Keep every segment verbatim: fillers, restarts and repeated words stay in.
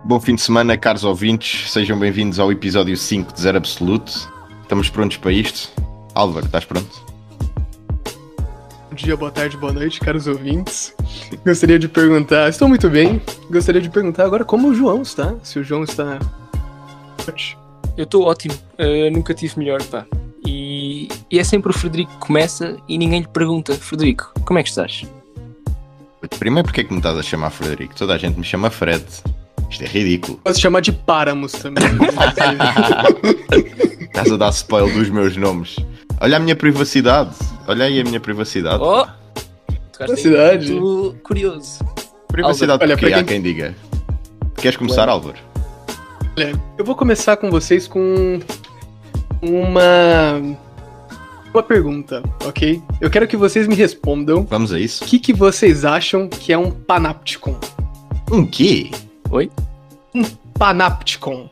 Bom fim de semana, caros ouvintes, sejam bem-vindos ao episódio cinco de Zero Absolute. Estamos prontos para isto? Álvaro, estás pronto? Bom dia, boa tarde, boa noite, caros ouvintes. Gostaria de perguntar, estou muito bem, gostaria de perguntar agora como o João está, se o João está... Eu estou ótimo, uh, nunca tive melhor, pá. E, e é sempre o Frederico que começa e ninguém lhe pergunta: Frederico, como é que estás? Primeiro, porque é que me estás a chamar Frederico? Toda a gente me chama Fred. Isto é ridículo. Posso chamar de Páramos também. Estás a dar spoiler dos meus nomes. Olha a minha privacidade. Olha aí a minha privacidade. Oh! Privacidade? Estou curioso. Privacidade, Álvaro, porque olha, há quem... quem diga. Queres começar, Álvaro? Olha, eu vou começar com vocês com uma... uma pergunta, ok? Eu quero que vocês me respondam. Vamos a isso? O que, que vocês acham que é um Panopticon? Um quê? Oi? Um Panopticon.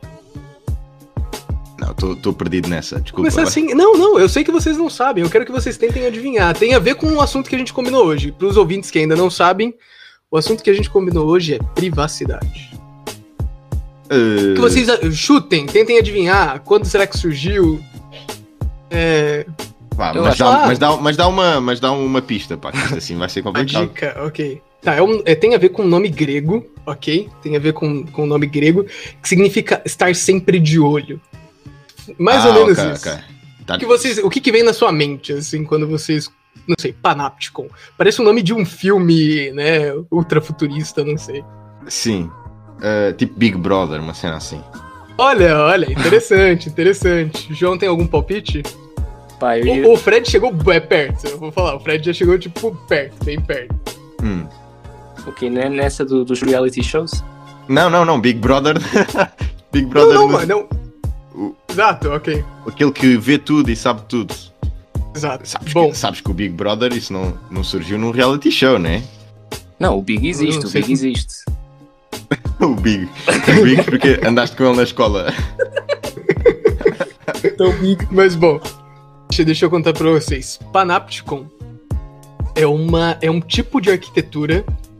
Não, estou perdido nessa, desculpa. Começar assim... Não, não, eu sei que vocês não sabem. Eu quero que vocês tentem adivinhar. Tem a ver com o assunto que a gente combinou hoje. Para os ouvintes que ainda não sabem, o assunto que a gente combinou hoje é privacidade. Uh... Que vocês chutem, tentem adivinhar quando será que surgiu. É... Pá, mas, dá, mas, dá, mas, dá uma, mas dá uma pista, pá, que isto assim vai ser Uma complicado. dica, ok. Tá, é um, é, tem a ver com um nome grego, ok? Tem a ver com, com um nome grego, que significa estar sempre de olho. Mais ah, ou menos okay, isso. Okay. Tá. O, que vocês, o que, que vem na sua mente, assim, quando vocês... Não sei, Panopticon. Parece o nome de um filme, né, ultra futurista, não sei. Sim. Uh, tipo Big Brother, uma cena assim. Olha, olha, interessante, interessante. João, tem algum palpite? Pai, eu ia... o, o Fred chegou é, perto, eu vou falar. O Fred já chegou, tipo, perto, bem perto. Hum. Ok, nessa do, dos reality shows? Não, não, não, Big Brother... Big Brother... Não, não, no... mano, não. O... Exato, ok. Aquele que vê tudo e sabe tudo. Exato. Sabes, Bom. Que, sabes que o Big Brother, isso não, não surgiu num reality show, né? Não, o Big existe, não o Big que... existe. O Big. O Big porque andaste com ele na escola. Então, Big. Mas bom, deixa, deixa eu contar pra vocês. Panopticon é, uma, é um tipo de arquitetura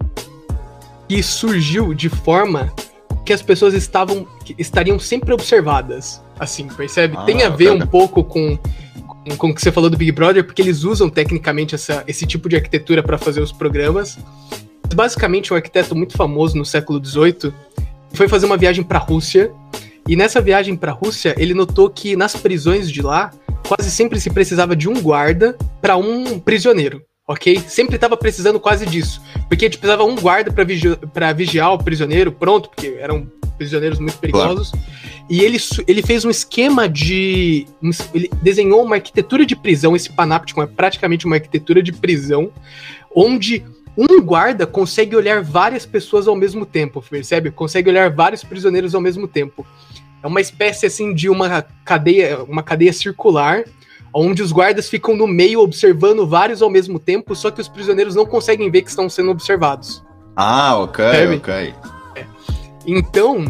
que surgiu de forma que as pessoas estavam, que estariam sempre observadas. Assim, percebe? Ah, Tem a ver okay. um pouco com, com, com o que você falou do Big Brother, porque eles usam tecnicamente essa, esse tipo de arquitetura para fazer os programas. Basicamente, um arquiteto muito famoso no século dezoito foi fazer uma viagem para a Rússia, e nessa viagem para a Rússia, ele notou que nas prisões de lá, quase sempre se precisava de um guarda para um prisioneiro, ok? Sempre estava precisando quase disso, porque a gente precisava um guarda para vigi- para vigiar o prisioneiro, pronto, porque eram prisioneiros muito perigosos, claro. E ele, ele fez um esquema de... ele desenhou uma arquitetura de prisão, esse Panopticon é praticamente uma arquitetura de prisão, onde um guarda consegue olhar várias pessoas ao mesmo tempo, percebe? Consegue olhar vários prisioneiros ao mesmo tempo. É uma espécie, assim, de uma cadeia, uma cadeia circular, onde os guardas ficam no meio observando vários ao mesmo tempo, só que os prisioneiros não conseguem ver que estão sendo observados. Ah, ok, percebe? ok. É. Então...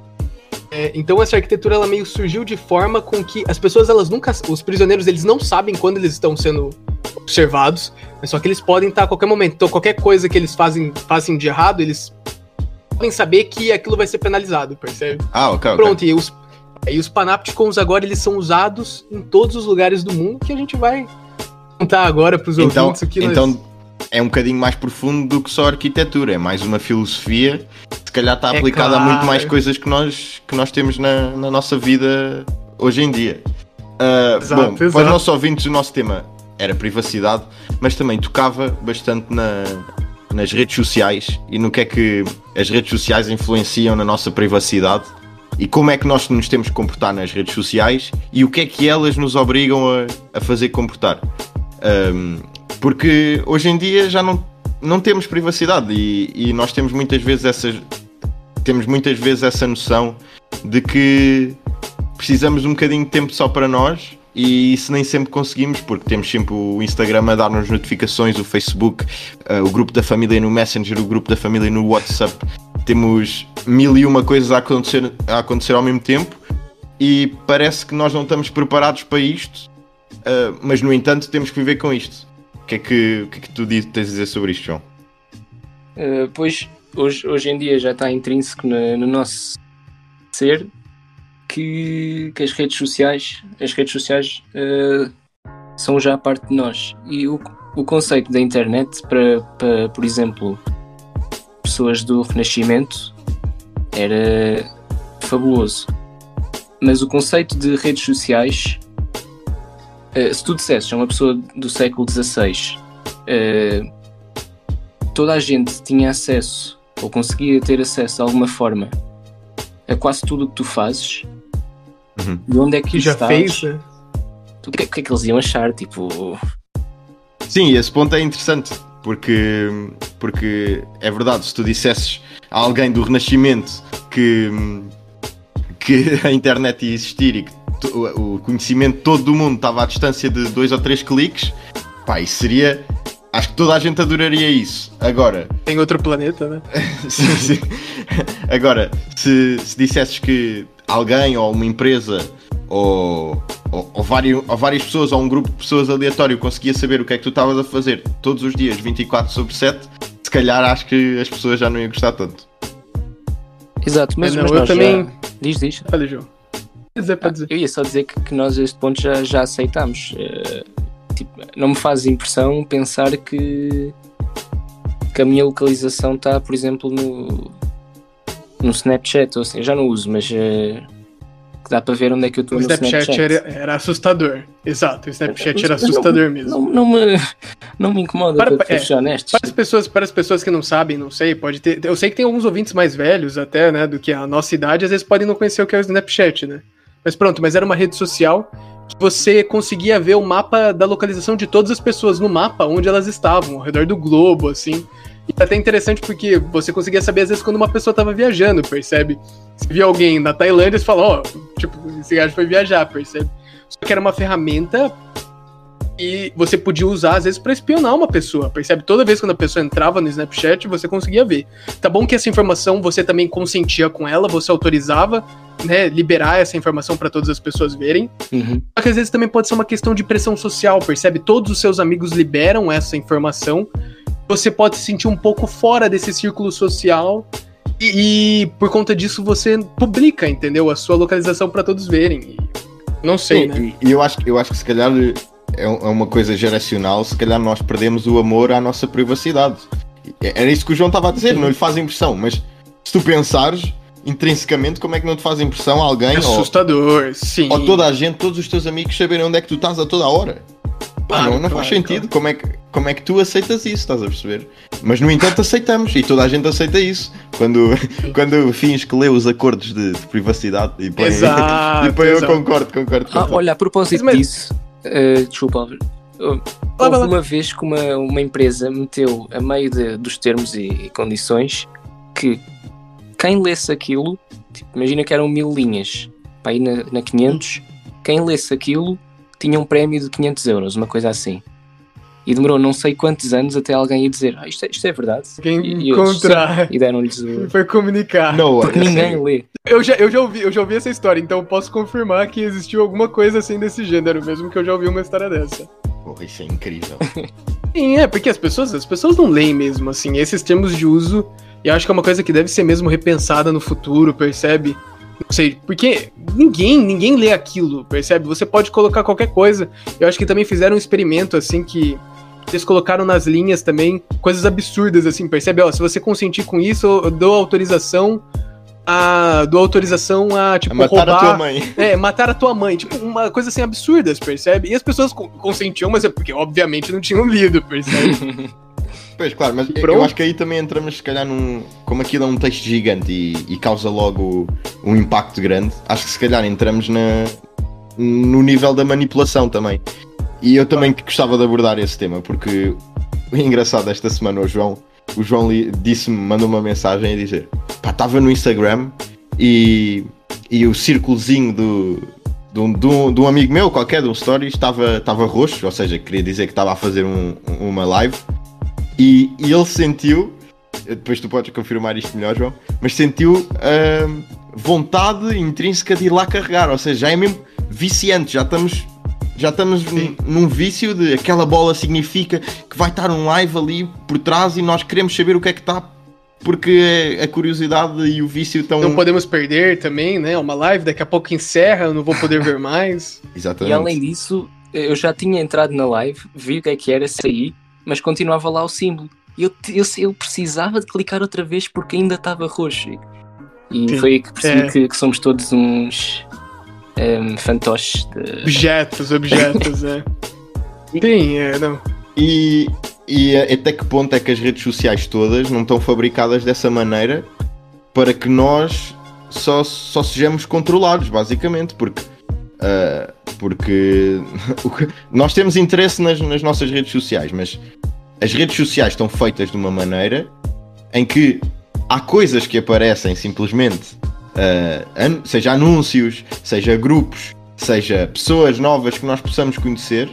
É, então essa arquitetura ela meio surgiu de forma com que as pessoas, elas nunca... Os prisioneiros, eles não sabem quando eles estão sendo observados, mas só que eles podem estar a qualquer momento. Então qualquer coisa que eles fazem, fazem de errado, eles podem saber que aquilo vai ser penalizado, percebe? Ah, ok, Pronto, okay. e os, e os Panopticons agora, eles são usados em todos os lugares do mundo, que a gente vai contar agora para os então, ouvintes o que então... nós... É um bocadinho mais profundo do que só arquitetura, é mais uma filosofia, se calhar está É aplicada claro. a muito mais coisas que nós, que nós temos na, na nossa vida hoje em dia. Uh, Exato, bom, exato. para os nossos ouvintes, o nosso tema era privacidade, mas também tocava bastante na, nas redes sociais e no que é que as redes sociais influenciam na nossa privacidade e como é que nós nos temos que comportar nas redes sociais e o que é que elas nos obrigam a, a fazer comportar. Um, Porque hoje em dia já não, não temos privacidade e, e nós temos muitas vezes essas, temos muitas vezes essa noção de que precisamos de um bocadinho de tempo só para nós e isso nem sempre conseguimos porque temos sempre o Instagram a dar-nos notificações, o Facebook, uh, o grupo da família no Messenger, o grupo da família no WhatsApp. Temos mil e uma coisas a acontecer, a acontecer ao mesmo tempo e parece que nós não estamos preparados para isto, uh, mas no entanto temos que viver com isto. O que é que, o que, é que tu tens a dizer sobre isto, João? Uh, pois, hoje, hoje em dia já está intrínseco no, no nosso ser que, que as redes sociais, as redes sociais uh, são já parte de nós. E o, o conceito da internet para, para, por exemplo, pessoas do Renascimento era fabuloso. Mas o conceito de redes sociais, uh, se tu dissesses a uma pessoa do século dezasseis, uh, toda a gente tinha acesso, ou conseguia ter acesso de alguma forma, a quase tudo o que tu fazes, Uhum. e onde é que, Que já estás, fez, né? o que, é- o que é que eles iam achar? Tipo, Sim, esse ponto é interessante, porque, porque é verdade, se tu dissesses a alguém do Renascimento que, que a internet ia existir e que to- o conhecimento todo do mundo estava à distância de dois ou três cliques, pá, isso seria... Acho que toda a gente adoraria isso. Agora, Tem outro planeta, né? sim, sim. Agora, se, se dissesses que alguém ou uma empresa ou, ou, ou, vários, ou várias pessoas ou um grupo de pessoas aleatório conseguia saber o que é que tu estavas a fazer todos os dias, vinte e quatro sobre sete, se calhar acho que as pessoas já não iam gostar tanto. exato, mas, É, não, mas eu nós também- já... Diz, diz. Olha, João. Quer dizer, Ah, pode dizer. eu ia só dizer que, que nós a este ponto já, já aceitámos. Eh, tipo, não me faz impressão pensar que, que a minha localização está, por exemplo, no, no Snapchat, ou assim, já não uso, mas eh, que dá para ver onde é que eu estou O no Snapchat, Snapchat. Era, era assustador. Exato, o Snapchat Mas- era mas não- assustador mesmo. Não, não, me, não me incomoda, Para- para, para é, ser honestos. Para as pessoas, para as pessoas que não sabem, não sei, pode ter. Eu sei que tem alguns ouvintes mais velhos até, né, do que a nossa idade, às vezes podem não conhecer o que é o Snapchat, né? Mas pronto, mas era uma rede social que você conseguia ver o mapa da localização de todas as pessoas no mapa onde elas estavam, ao redor do globo, assim. E é até interessante porque você conseguia saber às vezes quando uma pessoa estava viajando, percebe? Se via alguém na Tailândia, você fala, ó, tipo, esse gajo foi viajar, percebe? Só que era uma ferramenta e você podia usar, às vezes, pra espionar uma pessoa, percebe? Toda vez quando a pessoa entrava no Snapchat, você conseguia ver. Tá bom que essa informação você também consentia com ela, você autorizava, né, liberar essa informação pra todas as pessoas verem. Uhum. Só que às vezes também pode ser uma questão de pressão social, percebe? Todos os seus amigos liberam essa informação, você pode se sentir um pouco fora desse círculo social e, e por conta disso você publica, entendeu? A sua localização pra todos verem. E não sei, Sim, né? e, e eu acho, eu acho que se calhar é um- é uma coisa geracional, se calhar nós perdemos o amor à nossa privacidade. Era isso que o João estava a dizer, não lhe faz impressão, mas se tu pensares intrinsecamente, como é que não te faz impressão alguém É ou, assustador, sim. ou toda a gente, todos os teus amigos saberem onde é que tu estás a toda a hora? Pá, Claro, não, não faz claro, sentido. Como, é que, como é que tu aceitas isso, estás a perceber? Mas no entanto aceitamos e toda a gente aceita isso. Quando, quando fins que lê os acordos de, de privacidade e põe, Exato, e põe eu exato. concordo, concordo. Ah, concordo. olha, a propósito Mas- disso, eh, desculpa, Álvaro. Uh, Vai, vai houve lá. uma vez que uma, uma empresa meteu a meio de- dos termos e, e condições que quem lesse aquilo, tipo, imagina que eram mil linhas, para ir na, na quinhentos, quem lesse aquilo tinha um prémio de quinhentos euros, uma coisa assim. E demorou não sei quantos anos até alguém ir dizer, ah, isto, é, isto é verdade. Quem E, e eles, encontrar. "Sim", e deram-lhes o... Foi comunicar. Não, Porque olha, ninguém assim, lê. Eu já, eu, já ouvi, eu já ouvi essa história, então eu posso confirmar que existiu alguma coisa assim desse gênero, mesmo que eu já ouvi uma história dessa. porra, isso é incrível. Sim, é, porque as pessoas, as pessoas não leem mesmo, assim, esses termos de uso, e eu acho que é uma coisa que deve ser mesmo repensada no futuro, percebe? Não sei, porque ninguém, ninguém lê aquilo, percebe? Você pode colocar qualquer coisa. Eu acho que também fizeram um experimento, assim, que eles colocaram nas linhas também coisas absurdas, assim, percebe? Ó, se você consentir com isso, eu dou autorização a... dou autorização a, tipo, A matar roubar... a tua mãe. É, matar a tua mãe, tipo, uma coisa assim absurdas, percebe? E as pessoas co- consentiam, mas é porque obviamente não tinham lido, percebe? Pois, claro, mas eu- Pronto. eu acho que aí também entramos, se calhar, num. Como aquilo é um texto gigante e, e causa logo um impacto grande, acho que se calhar entramos na, no nível da manipulação também. E eu também gostava de abordar esse tema, porque o engraçado esta semana, o João, o João li- disse-me, mandou uma mensagem a dizer: pá, estava no Instagram e, e o círculozinho do. De um, de, um, de um amigo meu qualquer, de um story, estava, estava roxo, ou seja, queria dizer que estava a fazer um- uma live. E, e ele sentiu, depois tu podes confirmar isto melhor, João, mas sentiu hum, vontade intrínseca de ir lá carregar, ou seja, já é mesmo viciante, já estamos, já estamos num, num vício de aquela bola significa que vai estar um live ali por trás e nós queremos saber o que é que está porque a curiosidade e o vício estão... Não podemos perder também, né? Uma live, daqui a pouco encerra, eu não vou poder ver mais. Exatamente. E além disso, eu já tinha entrado na live, vi o que é que era, saí, mas continuava lá o símbolo. Eu, eu, eu precisava de clicar outra vez porque ainda estava roxo. E Sim. foi aí que percebi é. que, que somos todos uns um, fantoches. De... Objetos, objetos, é. Sim, é, não. E, e até que ponto é que as redes sociais todas não estão fabricadas dessa maneira para que nós só, só sejamos controlados, basicamente, porque, uh, porque nós temos interesse nas, nas nossas redes sociais, mas as redes sociais estão feitas de uma maneira em que há coisas que aparecem simplesmente, uh, seja anúncios, seja grupos, seja pessoas novas que nós possamos conhecer,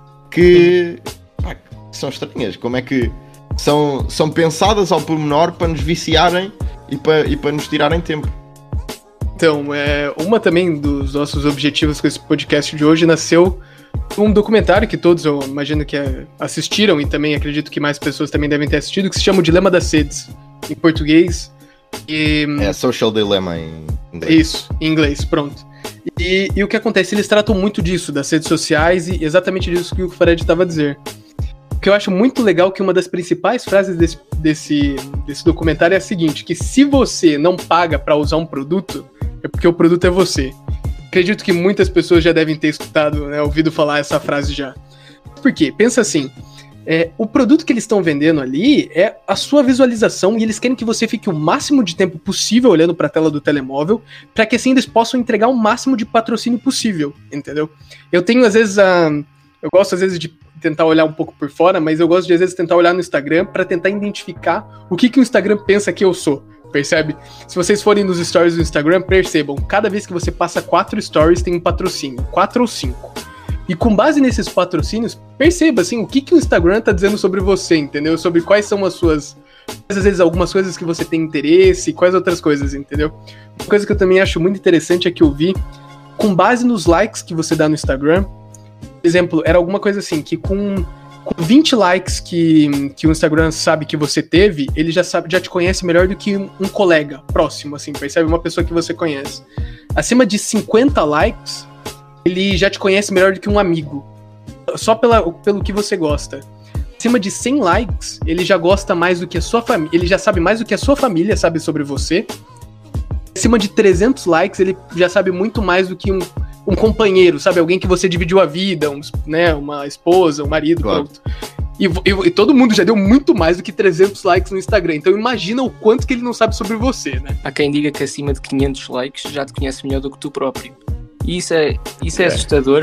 que pá, são estranhas. Como é que são, são pensadas ao pormenor para nos viciarem e para, e para nos tirarem tempo. Então, é, uma também dos nossos objetivos com esse podcast de hoje nasceu um documentário que todos, eu imagino que assistiram, e também acredito que mais pessoas também devem ter assistido, que se chama O Dilema das Redes, em português. E... É, Social Dilemma em inglês. Isso, em inglês, pronto. E, e o que acontece? Eles tratam muito disso, das redes sociais, e exatamente disso que o Fred estava a dizer. O que eu acho muito legal é que uma das principais frases desse, desse, desse documentário é a seguinte, que se você não paga para usar um produto, é porque o produto é você. Acredito que muitas pessoas já devem ter escutado, né, ouvido falar essa frase já. Por quê? Pensa assim, é, o produto que eles estão vendendo ali é a sua visualização, e eles querem que você fique o máximo de tempo possível olhando para a tela do telemóvel, para que assim eles possam entregar o máximo de patrocínio possível, entendeu? Eu tenho às vezes a... Eu gosto às vezes de tentar olhar um pouco por fora, mas eu gosto de às vezes tentar olhar no Instagram para tentar identificar o que, que o Instagram pensa que eu sou. Percebe? Se vocês forem nos stories do Instagram, percebam, cada vez que você passa quatro stories tem um patrocínio, quatro ou cinco. E com base nesses patrocínios, perceba assim, o que, que o Instagram tá dizendo sobre você, entendeu? Sobre quais são as suas, às vezes algumas coisas que você tem interesse, quais outras coisas, entendeu? Uma coisa que eu também acho muito interessante é que eu vi, com base nos likes que você dá no Instagram, por exemplo, era alguma coisa assim, que com... Com vinte likes que, que o Instagram sabe que você teve, ele já, sabe, já te conhece melhor do que um, um colega próximo, assim, percebe? Uma pessoa que você conhece. Acima de cinquenta likes, ele já te conhece melhor do que um amigo. Só pela, pelo que você gosta. Acima de cem likes, ele já gosta mais do que a sua família. Ele já sabe mais do que a sua família sabe sobre você. Acima de trezentos likes, ele já sabe muito mais do que um... um companheiro, sabe? Alguém que você dividiu a vida, um, né? Uma esposa, um marido, claro. Pronto. E, e, e todo mundo já deu muito mais do que trezentos likes no Instagram. Então imagina o quanto que ele não sabe sobre você, né? Há quem diga que acima de quinhentos likes já te conhece melhor do que tu próprio. E isso é, isso é, é. assustador,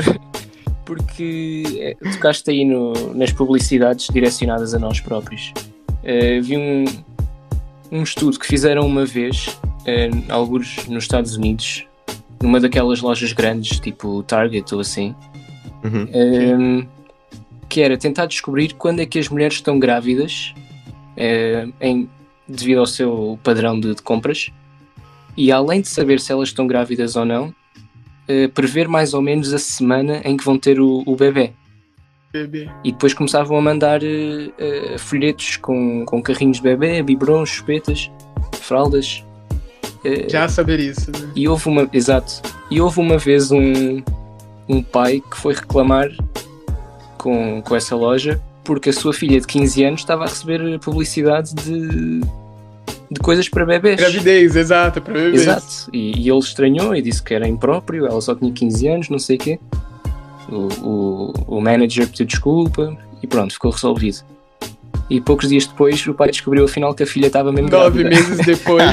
porque é, tocaste aí no, nas publicidades direcionadas a nós próprios. Uh, vi um, um estudo que fizeram uma vez, uh, alguns nos Estados Unidos, numa daquelas lojas grandes, tipo Target ou assim, uhum. um, que era tentar descobrir quando é que as mulheres estão grávidas, uh, em, devido ao seu padrão de, de compras, e além de saber se elas estão grávidas ou não, uh, prever mais ou menos a semana em que vão ter o, o bebê. bebê. E depois começavam a mandar uh, uh, folhetos com, com carrinhos de bebê, biberons, chupetas, fraldas. Já saber isso, né? E houve uma, exato, e houve uma vez um, um pai que foi reclamar com, com essa loja porque a sua filha de quinze anos estava a receber publicidade de, de coisas para bebês. Gravidez, exato, para bebês. Exato, e, e ele estranhou e disse que era impróprio, ela só tinha quinze anos, não sei o quê. O, o, o manager pediu desculpa e pronto, ficou resolvido. E poucos dias depois o pai descobriu afinal que a filha estava mesmo Nove grávida. meses depois.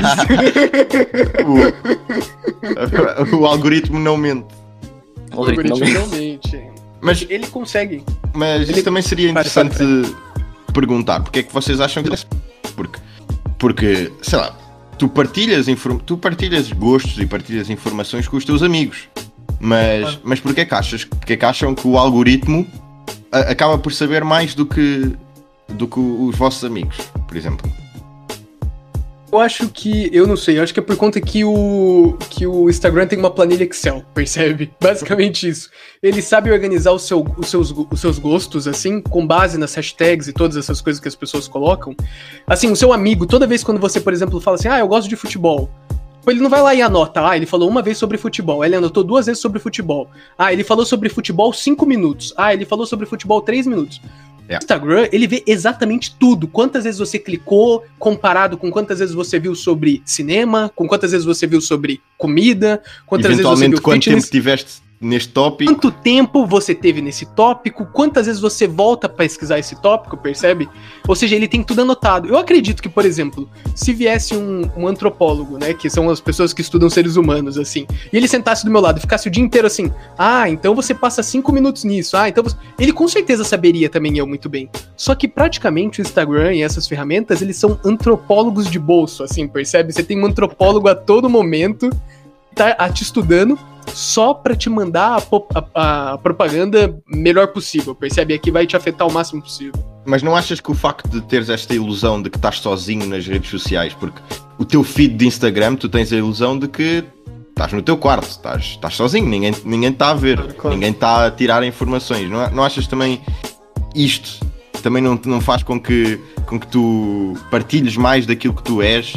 o, o algoritmo não mente. O algoritmo não mente. Mas ele consegue. Mas ele isso também seria interessante perguntar. Porque é que vocês acham que... Porque, porque sei lá, tu partilhas, inform... tu partilhas gostos e partilhas informações com os teus amigos. Mas, ah. mas porque é que achas? Porque é que acham que o algoritmo a, acaba por saber mais do que... do que os vossos amigos, por exemplo? Eu acho que, eu não sei, eu acho que é por conta que o, que o Instagram tem uma planilha Excel, percebe? Basicamente isso. Ele sabe organizar o seu, os, seus, os seus gostos, assim, com base nas hashtags e todas essas coisas que as pessoas colocam. Assim, o seu amigo, toda vez quando você, por exemplo, fala assim, ah, eu gosto de futebol, ele não vai lá e anota, ah, ele falou uma vez sobre futebol, ele anotou duas vezes sobre futebol, ah, ele falou sobre futebol cinco minutos, ah, ele falou sobre futebol três minutos. O Instagram, ele vê exatamente tudo. Quantas vezes você clicou, comparado com quantas vezes você viu sobre cinema, com quantas vezes você viu sobre comida, quantas vezes você viu quanto fitness. tempo tiveste neste tópico. Quanto tempo você teve nesse tópico, quantas vezes você volta pra pesquisar esse tópico, percebe? Ou seja, ele tem tudo anotado. Eu acredito que, por exemplo, se viesse um, um antropólogo, né, que são as pessoas que estudam seres humanos, assim, e ele sentasse do meu lado e ficasse o dia inteiro assim, ah, então você passa cinco minutos nisso, ah, então você... Ele com certeza saberia também eu muito bem. Só que praticamente o Instagram e essas ferramentas, eles são antropólogos de bolso, assim, percebe? Você tem um antropólogo a todo momento, tá te estudando, só pra te mandar a, a, a propaganda melhor possível, percebe? Aqui vai te afetar o máximo possível. Mas não achas que o facto de teres esta ilusão de que estás sozinho nas redes sociais, porque o teu feed de Instagram, tu tens a ilusão de que estás no teu quarto, estás, estás sozinho, ninguém ninguém está a ver, claro, claro. Ninguém está a tirar informações, não, não achas também isto também não, não faz com que, com que tu partilhes mais daquilo que tu és?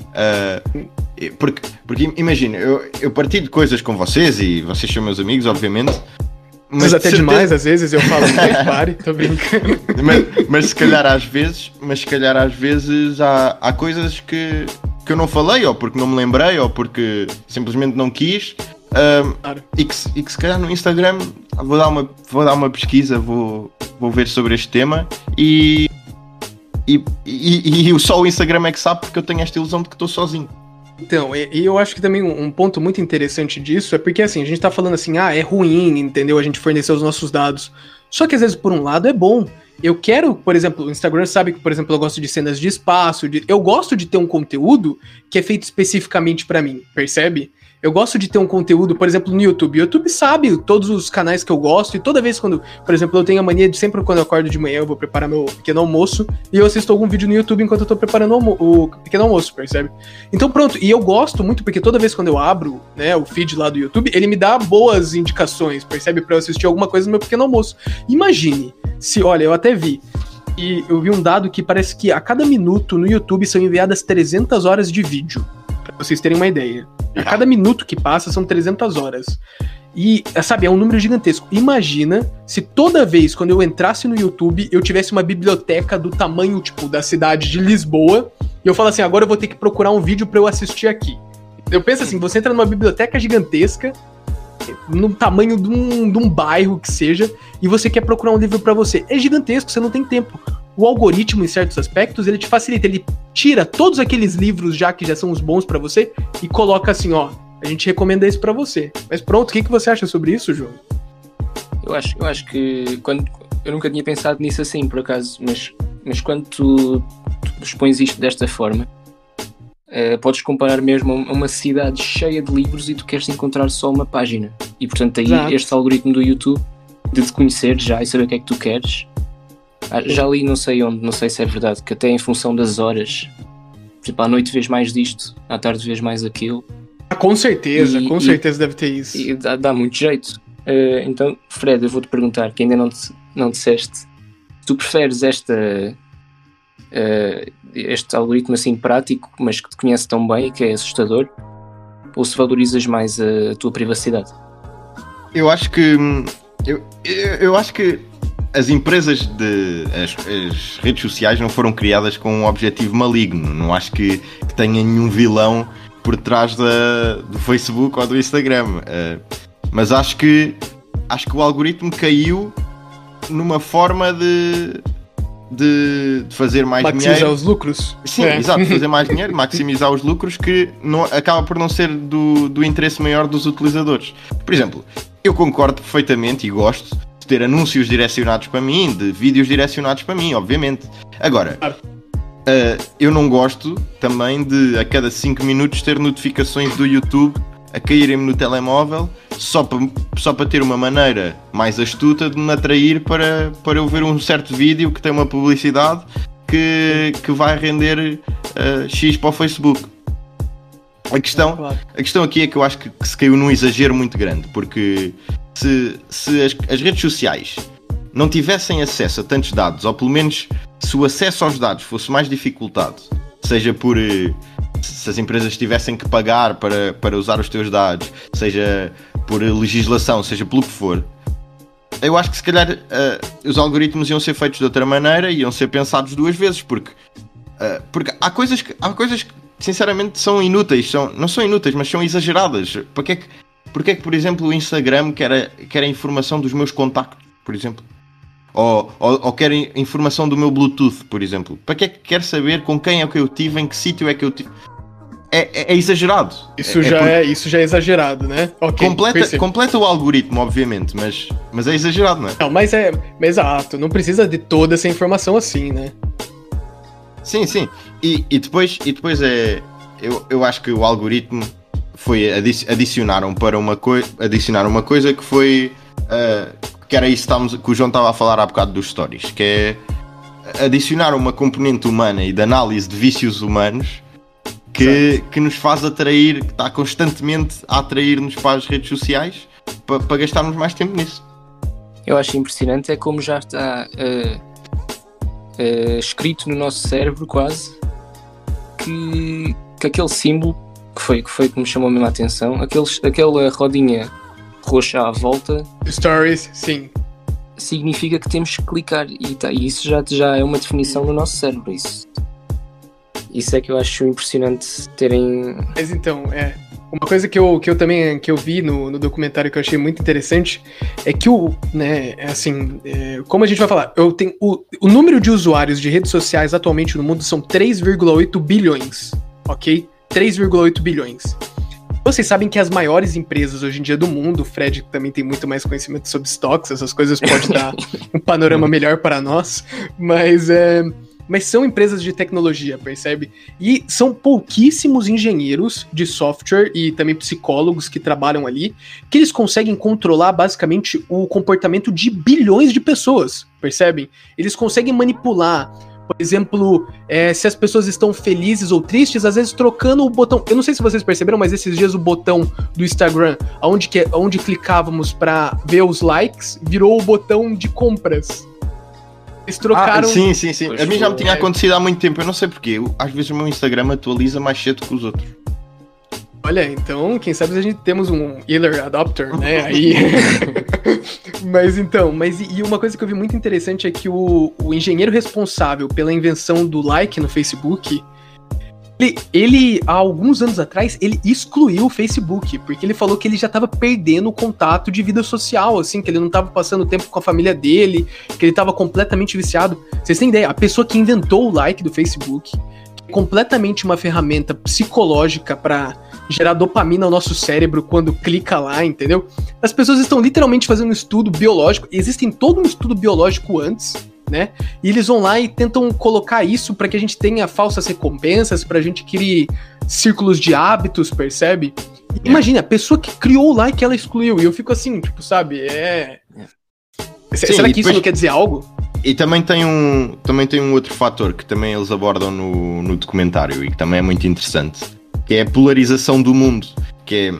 Uh, Porque, porque imagina, eu, eu partilho coisas com vocês e vocês são meus amigos, obviamente. Mas, mas até certeza... demais, às vezes eu falo, pare, tô brincando. Mas, mas se calhar às vezes, mas se calhar às vezes há, há coisas que, que eu não falei, ou porque não me lembrei, ou porque simplesmente não quis. Um, claro. e, que, e que se calhar no Instagram vou dar uma, vou dar uma pesquisa, vou, vou ver sobre este tema e, e, e, e só o Instagram é que sabe, porque eu tenho esta ilusão de que estou sozinho. Então, e, e eu acho que também um, um ponto muito interessante disso é porque, assim, a gente tá falando assim, ah, é ruim, entendeu? A gente fornecer os nossos dados. Só que, às vezes, por um lado, é bom. Eu quero, por exemplo, o Instagram sabe que, por exemplo, eu gosto de cenas de espaço, de, eu gosto de ter um conteúdo que é feito especificamente pra mim, percebe? Eu gosto de ter um conteúdo, por exemplo, no YouTube. O YouTube sabe todos os canais que eu gosto e toda vez quando, por exemplo, eu tenho a mania de sempre quando eu acordo de manhã eu vou preparar meu pequeno almoço e eu assisto algum vídeo no YouTube enquanto eu tô preparando o, almo- o pequeno almoço, percebe? Então pronto, e eu gosto muito porque toda vez quando eu abro, né, o feed lá do YouTube, ele me dá boas indicações, percebe? Pra eu assistir alguma coisa no meu pequeno almoço. Imagine se, olha, eu até vi, e eu vi um dado que parece que a cada minuto no YouTube são enviadas trezentas horas de vídeo, pra vocês terem uma ideia. A cada minuto que passa são trezentas horas. E, sabe, é um número gigantesco. Imagina se toda vez quando eu entrasse no YouTube, eu tivesse uma biblioteca do tamanho, tipo, da cidade de Lisboa, e eu falo assim, agora eu vou ter que procurar um vídeo pra eu assistir aqui. Eu penso assim, você entra numa biblioteca gigantesca, no tamanho de um, de um bairro que seja, e você quer procurar um livro pra você. É gigantesco, você não tem tempo. O algoritmo, em certos aspectos, ele te facilita, ele tira todos aqueles livros já que já são os bons pra você e coloca assim, ó, a gente recomenda isso pra você. Mas pronto, o que, que você acha sobre isso, João? Eu acho, eu acho que quando, eu nunca tinha pensado nisso assim, por acaso, mas, mas quando tu, tu expões isto desta forma, uh, podes comparar mesmo a uma cidade cheia de livros e tu queres encontrar só uma página. E portanto aí Exato. Este algoritmo do YouTube de te conhecer já e saber o que é que tu queres. Ah, já li não sei onde, não sei se é verdade, que até em função das horas, tipo, à noite vês mais disto, à tarde vês mais aquilo. Ah, com certeza, e, com e, certeza deve ter isso. E dá, dá muito jeito. Uh, então, Fred, eu vou-te perguntar, que ainda não, te, não disseste, tu preferes esta, uh, este algoritmo assim prático, mas que te conhece tão bem e que é assustador, ou se valorizas mais a, a tua privacidade? Eu acho que... Eu, eu, eu acho que as empresas de as, as redes sociais não foram criadas com um objetivo maligno. Não acho que, que tenha nenhum vilão por trás da, do Facebook ou do Instagram. Uh, mas acho que acho que o algoritmo caiu numa forma de, de, de fazer mais maximizar dinheiro. Maximizar os lucros. Sim, é. Exato, fazer mais dinheiro, maximizar os lucros, que não, acaba por não ser do, do interesse maior dos utilizadores. Por exemplo, eu concordo perfeitamente e gosto ter anúncios direcionados para mim, de vídeos direcionados para mim, obviamente. Agora, uh, eu não gosto também de a cada cinco minutos ter notificações do YouTube a caírem-me no telemóvel só para, só para ter uma maneira mais astuta de me atrair para, para eu ver um certo vídeo que tem uma publicidade que, que vai render uh, X para o Facebook. A questão, claro. a questão aqui é que eu acho que, que se caiu num exagero muito grande, porque se, se as, as redes sociais não tivessem acesso a tantos dados, ou pelo menos se o acesso aos dados fosse mais dificultado, seja por se as empresas tivessem que pagar para, para usar os teus dados, seja por legislação, seja pelo que for, eu acho que se calhar uh, os algoritmos iam ser feitos de outra maneira e iam ser pensados duas vezes, porque, uh, porque há coisas que, há coisas que sinceramente são inúteis, são, não são inúteis, mas são exageradas. Porque é que, porque é que por exemplo, o Instagram quer a, quer a informação dos meus contactos, por exemplo? Ou, ou, ou quer a informação do meu Bluetooth, por exemplo? Para que é que quer saber com quem é que eu tive, em que sítio é que eu tive? É, é, é exagerado. Isso, é, já é, por... é, isso já é exagerado, né? Okay, completa, completa o algoritmo, obviamente, mas, mas é exagerado, não é? Não, mas é, mas, exato, não precisa de toda essa informação assim, né? Sim, sim. E, e, depois, e depois é. Eu, eu acho que o algoritmo foi. Adic- adicionaram para uma coisa. Adicionaram uma coisa que foi. Uh, que era isso que, estávamos, que o João estava a falar há bocado dos stories. Que é adicionar uma componente humana e de análise de vícios humanos que, que nos faz atrair, que está constantemente a atrair-nos para as redes sociais para, para gastarmos mais tempo nisso. Eu acho impressionante é como já está. Uh... Uh, escrito no nosso cérebro quase que, que aquele símbolo que foi, que foi que me chamou mesmo a atenção, aqueles, aquela rodinha roxa à volta Stories, sim, significa que temos que clicar e, tá, e isso já, já é uma definição no nosso cérebro. Isso, isso é que eu acho impressionante terem. Mas então, é uma coisa que eu, que eu também que eu vi no, no documentário que eu achei muito interessante é que o, né, assim, é, como a gente vai falar, eu tenho o, o número de usuários de redes sociais atualmente no mundo são três vírgula oito bilhões, ok? três vírgula oito bilhões. Vocês sabem que as maiores empresas hoje em dia do mundo, o Fred também tem muito mais conhecimento sobre stocks, essas coisas pode dar um panorama melhor para nós, mas é... mas são empresas de tecnologia, percebe? E são pouquíssimos engenheiros de software e também psicólogos que trabalham ali, que eles conseguem controlar basicamente o comportamento de bilhões de pessoas, percebem? Eles conseguem manipular, por exemplo, é, se as pessoas estão felizes ou tristes, às vezes trocando o botão. Eu não sei se vocês perceberam, mas esses dias o botão do Instagram, onde, que, onde clicávamos para ver os likes, virou o botão de compras. Eles trocaram... Ah, sim, sim, sim. Pois a mim já me foi. tinha acontecido há muito tempo. Eu não sei porquê. Eu, às vezes o meu Instagram atualiza mais cedo que os outros. Olha, então, quem sabe a gente temos um early adopter, né? Aí... mas então, mas e uma coisa que eu vi muito interessante é que o, o engenheiro responsável pela invenção do like no Facebook, ele, ele, há alguns anos atrás, ele excluiu o Facebook, porque ele falou que ele já estava perdendo o contato de vida social, assim, que ele não estava passando tempo com a família dele, que ele estava completamente viciado. Vocês têm ideia? A pessoa que inventou o like do Facebook, que é completamente uma ferramenta psicológica para gerar dopamina ao nosso cérebro quando clica lá, entendeu? As pessoas estão literalmente fazendo um estudo biológico, existe todo um estudo biológico antes, né? E eles vão lá e tentam colocar isso para que a gente tenha falsas recompensas, pra gente crie círculos de hábitos, percebe? E imagina, a pessoa que criou o like, ela excluiu, e eu fico assim, tipo, sabe, é... Sim, será que depois... isso não quer dizer algo? E também tem um, também tem um outro fator que também eles abordam no, no documentário e que também é muito interessante, que é a polarização do mundo, que é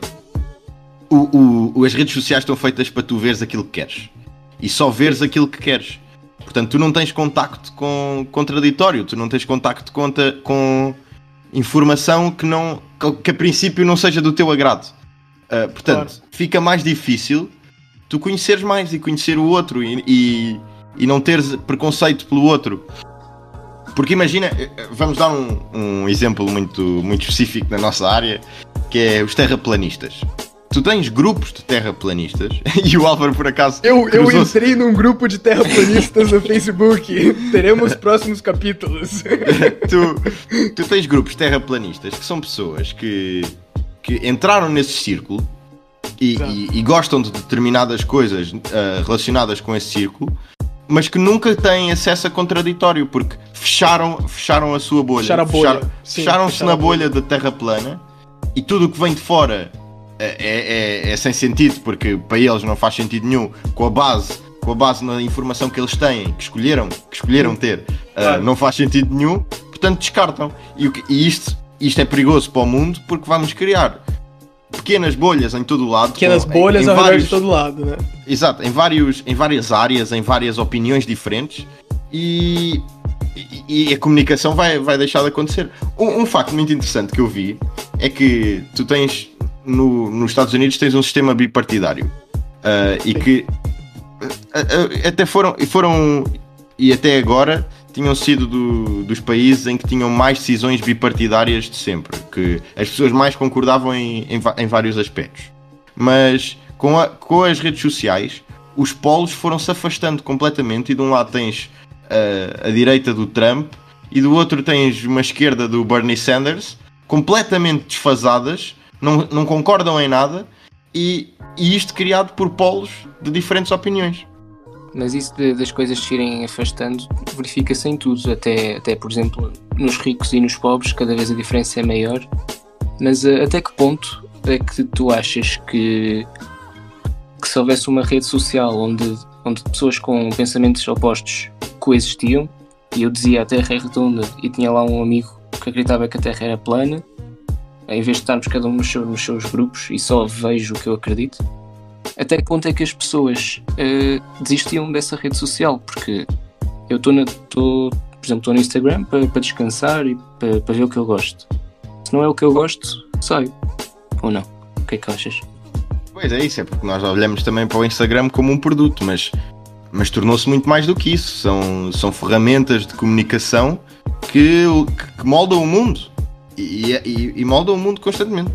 o, o, as redes sociais estão feitas para tu veres aquilo que queres e só veres aquilo que queres. Portanto, tu não tens contacto com contraditório, tu não tens contacto com, com informação que, não, que a princípio não seja do teu agrado. Uh, portanto, claro, fica mais difícil tu conheceres mais e conhecer o outro e, e, e não teres preconceito pelo outro. Porque imagina, vamos dar um, um exemplo muito, muito específico na nossa área, que é os terraplanistas. Tu tens grupos de terraplanistas e o Álvaro por acaso... Eu, eu entrei num grupo de terraplanistas no Facebook. Teremos próximos capítulos. tu, tu tens grupos terraplanistas que são pessoas que, que entraram nesse círculo e, e, e gostam de determinadas coisas uh, relacionadas com esse círculo, mas que nunca têm acesso a contraditório, porque fecharam, fecharam a sua bolha. Fecharam a bolha. Fecharam, Sim, fecharam-se fecharam na bolha da terra plana e tudo o que vem de fora é, é, é sem sentido, porque para eles não faz sentido nenhum, com a base, com a base na informação que eles têm, que escolheram, que escolheram ter, claro, uh, não faz sentido nenhum. portanto descartam. E, o que, e isto, isto é perigoso para o mundo porque vamos criar pequenas bolhas em todo o lado. Pequenas com, bolhas em, em ao vários, redor de todo lado, né? Exato, em, vários, em várias áreas, em várias opiniões diferentes e, e, e a comunicação vai, vai deixar de acontecer. Um, um facto muito interessante que eu vi é que tu tens, no, nos Estados Unidos tens um sistema bipartidário uh, e que uh, uh, até foram, foram e até agora tinham sido do, dos países em que tinham mais decisões bipartidárias de sempre, que as pessoas mais concordavam em, em, em vários aspectos. Mas com, a, com as redes sociais, os polos foram-se afastando completamente e de um lado tens uh, a direita do Trump e do outro tens uma esquerda do Bernie Sanders, completamente desfasadas, não, não concordam em nada e, e isto criado por polos de diferentes opiniões. Mas isso de, das coisas se irem afastando verifica-se em tudo, até, até por exemplo nos ricos e nos pobres cada vez a diferença é maior. Mas uh, até que ponto é que tu achas que, que se houvesse uma rede social onde, onde pessoas com pensamentos opostos coexistiam, e eu dizia a Terra é redonda e tinha lá um amigo que acreditava que a Terra era plana, em vez de estarmos cada um nos seus, nos seus grupos e só vejo o que eu acredito, até que ponto é que as pessoas uh, desistiam dessa rede social? Porque eu estou, por exemplo, estou no Instagram para, para descansar e para, para ver o que eu gosto. Se não é o que eu gosto, saio. Ou não? O que é que achas? Pois é isso, é porque nós olhamos também para o Instagram como um produto, mas, mas tornou-se muito mais do que isso. São, são ferramentas de comunicação que, que moldam o mundo e, e, e moldam o mundo constantemente.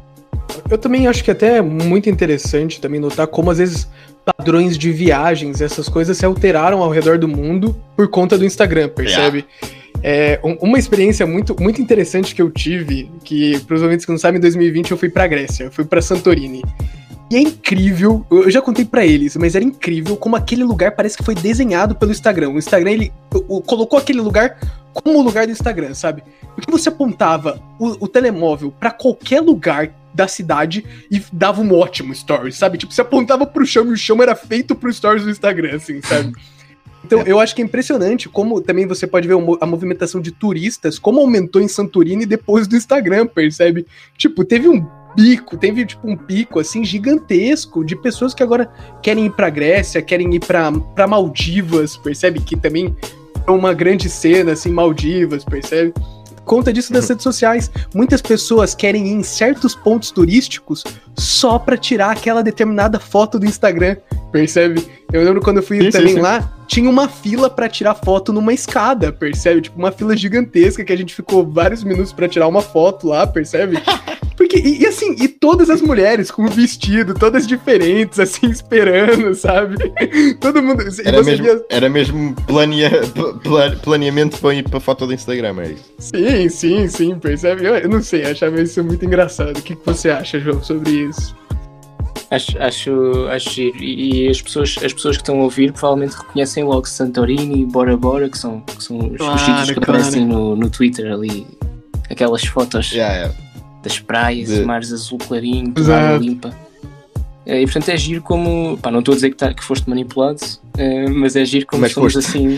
Eu também acho que até é muito interessante também notar como às vezes padrões de viagens, essas coisas se alteraram ao redor do mundo por conta do Instagram, percebe? É, um, uma experiência muito, muito interessante que eu tive, que para os ouvintes que não sabem, em dois mil e vinte eu fui pra Grécia, eu fui pra Santorini. E é incrível, eu já contei pra eles, mas era incrível como aquele lugar parece que foi desenhado pelo Instagram. O Instagram, ele o, colocou aquele lugar como o lugar do Instagram, sabe? Porque você apontava o, o telemóvel pra qualquer lugar da cidade e dava um ótimo story, sabe? Tipo, você apontava pro chão e o chão era feito pro stories do Instagram, assim, sabe? Então, eu acho que é impressionante como também você pode ver a movimentação de turistas, como aumentou em Santorini depois do Instagram, percebe? Tipo, teve um pico, teve tipo um pico, assim, gigantesco de pessoas que agora querem ir pra Grécia, querem ir pra, pra Maldivas, percebe? Que também é uma grande cena, assim, Maldivas, percebe? Conta disso das redes sociais. Muitas pessoas querem ir em certos pontos turísticos só pra tirar aquela determinada foto do Instagram, percebe? Eu lembro quando eu fui sim, também sim, sim. lá, tinha uma fila pra tirar foto numa escada, percebe? Tipo, uma fila gigantesca que a gente ficou vários minutos pra tirar uma foto lá, percebe? Porque, e, e assim, e todas as mulheres com vestido, todas diferentes, assim, esperando, sabe? Todo mundo... Era mesmo, via... era mesmo planea, pla, planeamento para ir para a foto do Instagram, é isso? Sim, sim, sim, percebe? Eu, eu não sei, achava isso muito engraçado. O que, que você acha, João, sobre isso? Acho, acho, acho giro. E as pessoas, as pessoas que estão a ouvir provavelmente reconhecem logo Santorini e Bora Bora, que são, que são os, claro, os sítios que claro. aparecem no, no Twitter ali. Aquelas fotos yeah, yeah. das praias, De... mares azul clarinho, de água limpa. E portanto é giro como... Pá, não estou a dizer que, tá, que foste manipulado, uh, mas é giro como mas somos foste. assim...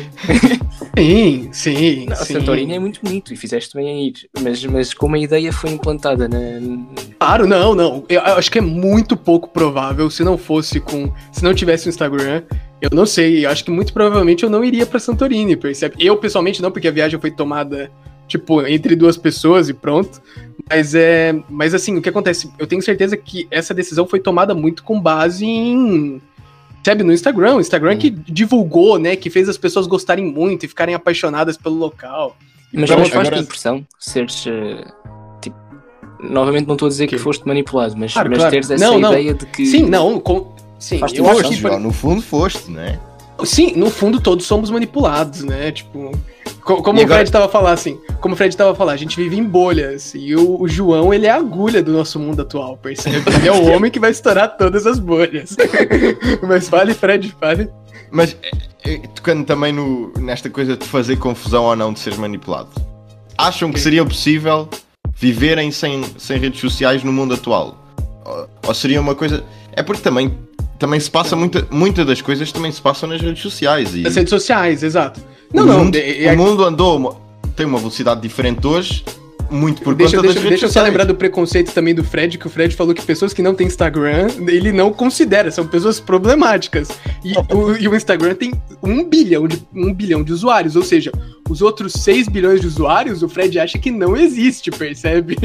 Sim, sim, não, sim. Santorini é muito bonito e fizeste bem a ir, mas, mas como a ideia foi implantada na... Claro, não, não. Eu acho que é muito pouco provável se não fosse com... Se não tivesse o Instagram, eu não sei. Eu acho que muito provavelmente eu não iria pra Santorini, percebe? Eu pessoalmente não, porque a viagem foi tomada, tipo, entre duas pessoas e pronto. Mas é. Mas assim, o que acontece? Eu tenho certeza que essa decisão foi tomada muito com base em. Sabe, no Instagram. O Instagram hum. que divulgou, né? Que fez as pessoas gostarem muito e ficarem apaixonadas pelo local. Mas não faz agora... impressão seres. Uh, tipo, novamente não estou a dizer que, que foste manipulado, mas, claro, mas claro. teres essa não, não. ideia de que. Sim, não. Com... Sim, faz eu foste, acho que. João, no fundo foste, né? Sim, no fundo todos somos manipulados, né? Tipo. Como e o agora... Fred tava falando assim, como o Fred tava falando, a gente vive em bolhas, e o, o João, ele é a agulha do nosso mundo atual, percebe? Ele é o homem que vai estourar todas as bolhas. Mas fale, Fred, fale. Mas, tocando também no, nesta coisa de fazer confusão ou não de seres manipulado, acham que seria possível viverem sem, sem redes sociais no mundo atual? Ou, ou seria uma coisa... É porque também, também se passa, muita, muita das coisas também se passam nas redes sociais. E... Nas redes sociais, exato. Não, o não, mundo, é, é... o mundo andou tem uma velocidade diferente hoje, muito por deixa, conta deixa, das redes deixa eu só sociais. lembrar do preconceito também do Fred, que o Fred falou que pessoas que não têm Instagram, ele não considera, são pessoas problemáticas. E o, e o Instagram tem um bilhão, de, um bilhão de usuários, ou seja, os outros seis bilhões de usuários, o Fred acha que não existe, percebe?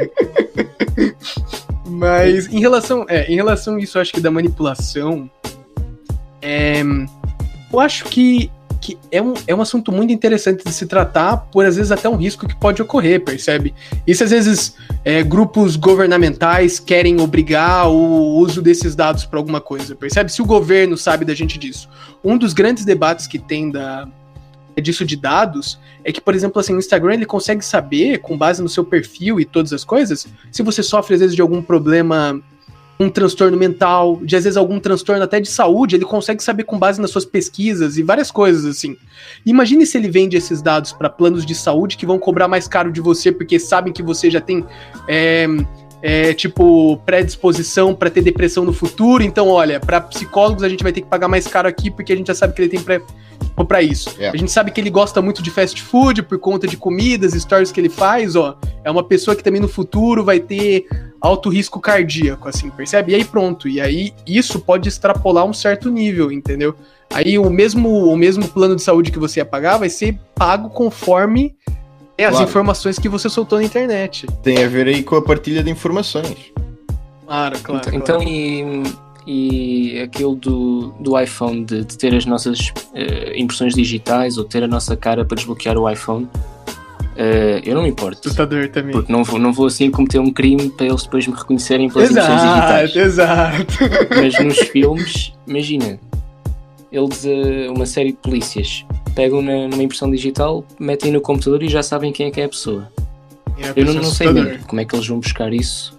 Mas em relação, é, em relação a isso, eu acho que da manipulação, é, eu acho que que é um, é um assunto muito interessante de se tratar, por às vezes até um risco que pode ocorrer, percebe? Isso às vezes é, grupos governamentais querem obrigar o uso desses dados para alguma coisa, percebe? Se o governo sabe da gente disso. Um dos grandes debates que tem da, disso de dados é que, por exemplo, assim, o Instagram ele consegue saber, com base no seu perfil e todas as coisas, se você sofre às vezes de algum problema, um transtorno mental, de às vezes algum transtorno até de saúde, ele consegue saber com base nas suas pesquisas e várias coisas assim. Imagine se ele vende esses dados para planos de saúde que vão cobrar mais caro de você porque sabem que você já tem é, é, tipo predisposição para ter depressão no futuro. Então, olha, para psicólogos a gente vai ter que pagar mais caro aqui porque a gente já sabe que ele tem pré para isso. Yeah. A gente sabe que ele gosta muito de fast food por conta de comidas, stories que ele faz, ó. É uma pessoa que também no futuro vai ter alto risco cardíaco, assim, percebe? E aí pronto, e aí isso pode extrapolar um certo nível, entendeu? Aí o mesmo, o mesmo plano de saúde que você ia pagar vai ser pago conforme é, as claro. informações que você soltou na internet. Tem a ver aí com a partilha de informações. Claro, claro. Então, claro. e, e aquilo do, do iPhone, de, de ter as nossas uh, impressões digitais ou ter a nossa cara para desbloquear o iPhone, Uh, eu não me importo. Assustador também. Porque não vou, não vou assim cometer um crime para eles depois me reconhecerem pelas exato, impressões digitais. Exato. Mas nos filmes, imagina, eles, uh, uma série de polícias, pegam na, numa impressão digital, metem no computador e já sabem quem é que é a pessoa. É a eu não, não sei mesmo como é que eles vão buscar isso.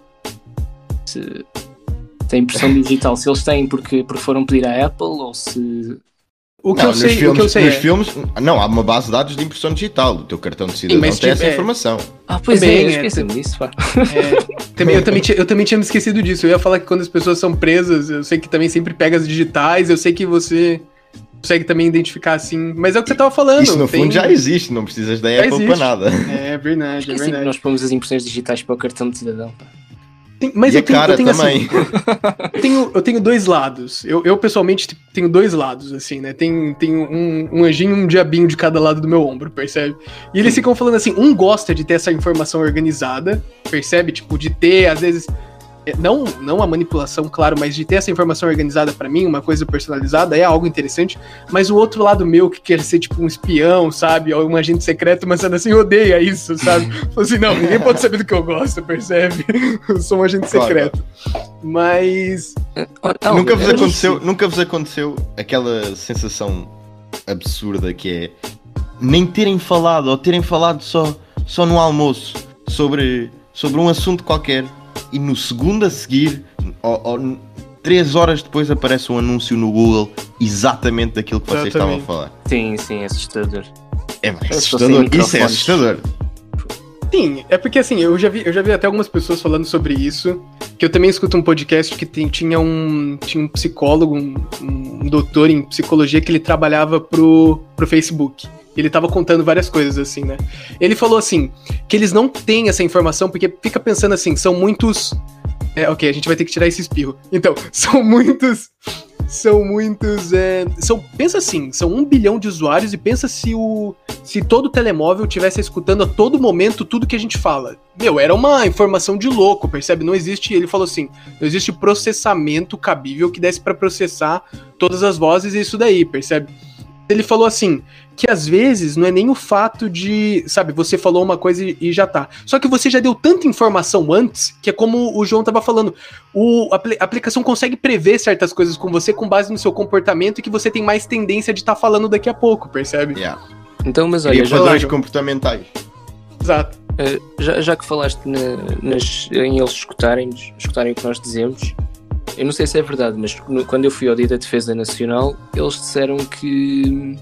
Se tem impressão digital, se eles têm porque, porque foram pedir à Apple ou se... O que, não, eu sei, filmes, o que eu sei nos é... filmes, não, há uma base de dados de impressão digital. O teu cartão de cidadão Sim, tem essa é... informação. Ah, pois também, é, eu esqueci-me é, disso, pá. É, também, eu, também tinha, eu também tinha me esquecido disso. Eu ia falar que quando as pessoas são presas, eu sei que também sempre pega as digitais, eu sei que você consegue também identificar assim, mas é o que você tava falando. Isso no tem... fundo já existe, não precisas da Apple existe. para nada. É verdade, esqueci é verdade. Que nós pomos as impressões digitais para o cartão de cidadão, pá. Tem, mas e eu tenho, a cara eu tenho, também. Assim, eu, tenho, eu tenho dois lados. Eu, eu pessoalmente tenho dois lados, assim, né? Tem, tem um, um anjinho e um diabinho de cada lado do meu ombro, percebe? E eles ficam falando assim, um gosta de ter essa informação organizada, percebe? Tipo, de ter, às vezes... Não, não a manipulação, claro, mas de ter essa informação organizada pra mim, uma coisa personalizada, é algo interessante. Mas o outro lado meu, que quer ser tipo um espião, sabe? Ou um agente secreto, mas assim, odeia isso, sabe? Falou assim, não, ninguém pode saber do que eu gosto, percebe? Eu sou um agente claro. secreto. Mas... Não, nunca, vos aconteceu, nunca vos aconteceu aquela sensação absurda que é nem terem falado, ou terem falado só, só no almoço, sobre, sobre um assunto qualquer, e no segundo a seguir, ou, ou, três horas depois, aparece um anúncio no Google exatamente daquilo que vocês estavam a falar. Sim, sim, é assustador. É mais assustador, isso é assustador. Sim, é porque assim, eu já vi, eu já vi até algumas pessoas falando sobre isso, que eu também escuto um podcast que tem, tinha, um, tinha um psicólogo, um, um doutor em psicologia que ele trabalhava pro, pro Facebook. Ele tava contando várias coisas, assim, né? Ele falou, assim, que eles não têm essa informação, porque fica pensando assim, são muitos... É, ok, a gente vai ter que tirar esse espirro. Então, são muitos... São muitos... É, são, pensa assim, são um bilhão de usuários e pensa se o... Se todo telemóvel estivesse escutando a todo momento tudo que a gente fala. Meu, era uma informação de louco, percebe? Não existe... Ele falou assim, não existe processamento cabível que desse pra processar todas as vozes e isso daí, percebe? Ele falou assim, que às vezes não é nem o fato de, sabe, você falou uma coisa e, e já tá. Só que você já deu tanta informação antes, que é como o João tava falando, o, a, a aplicação consegue prever certas coisas com você com base no seu comportamento e que você tem mais tendência de estar tá falando daqui a pouco, percebe? Yeah. Então, mas olha, já padrões comportamentais. Exato. Uh, já, já que falaste na, nas, em eles escutarem, escutarem o que nós dizemos, eu não sei se é verdade, mas quando eu fui ao Dia da Defesa Nacional, eles disseram que,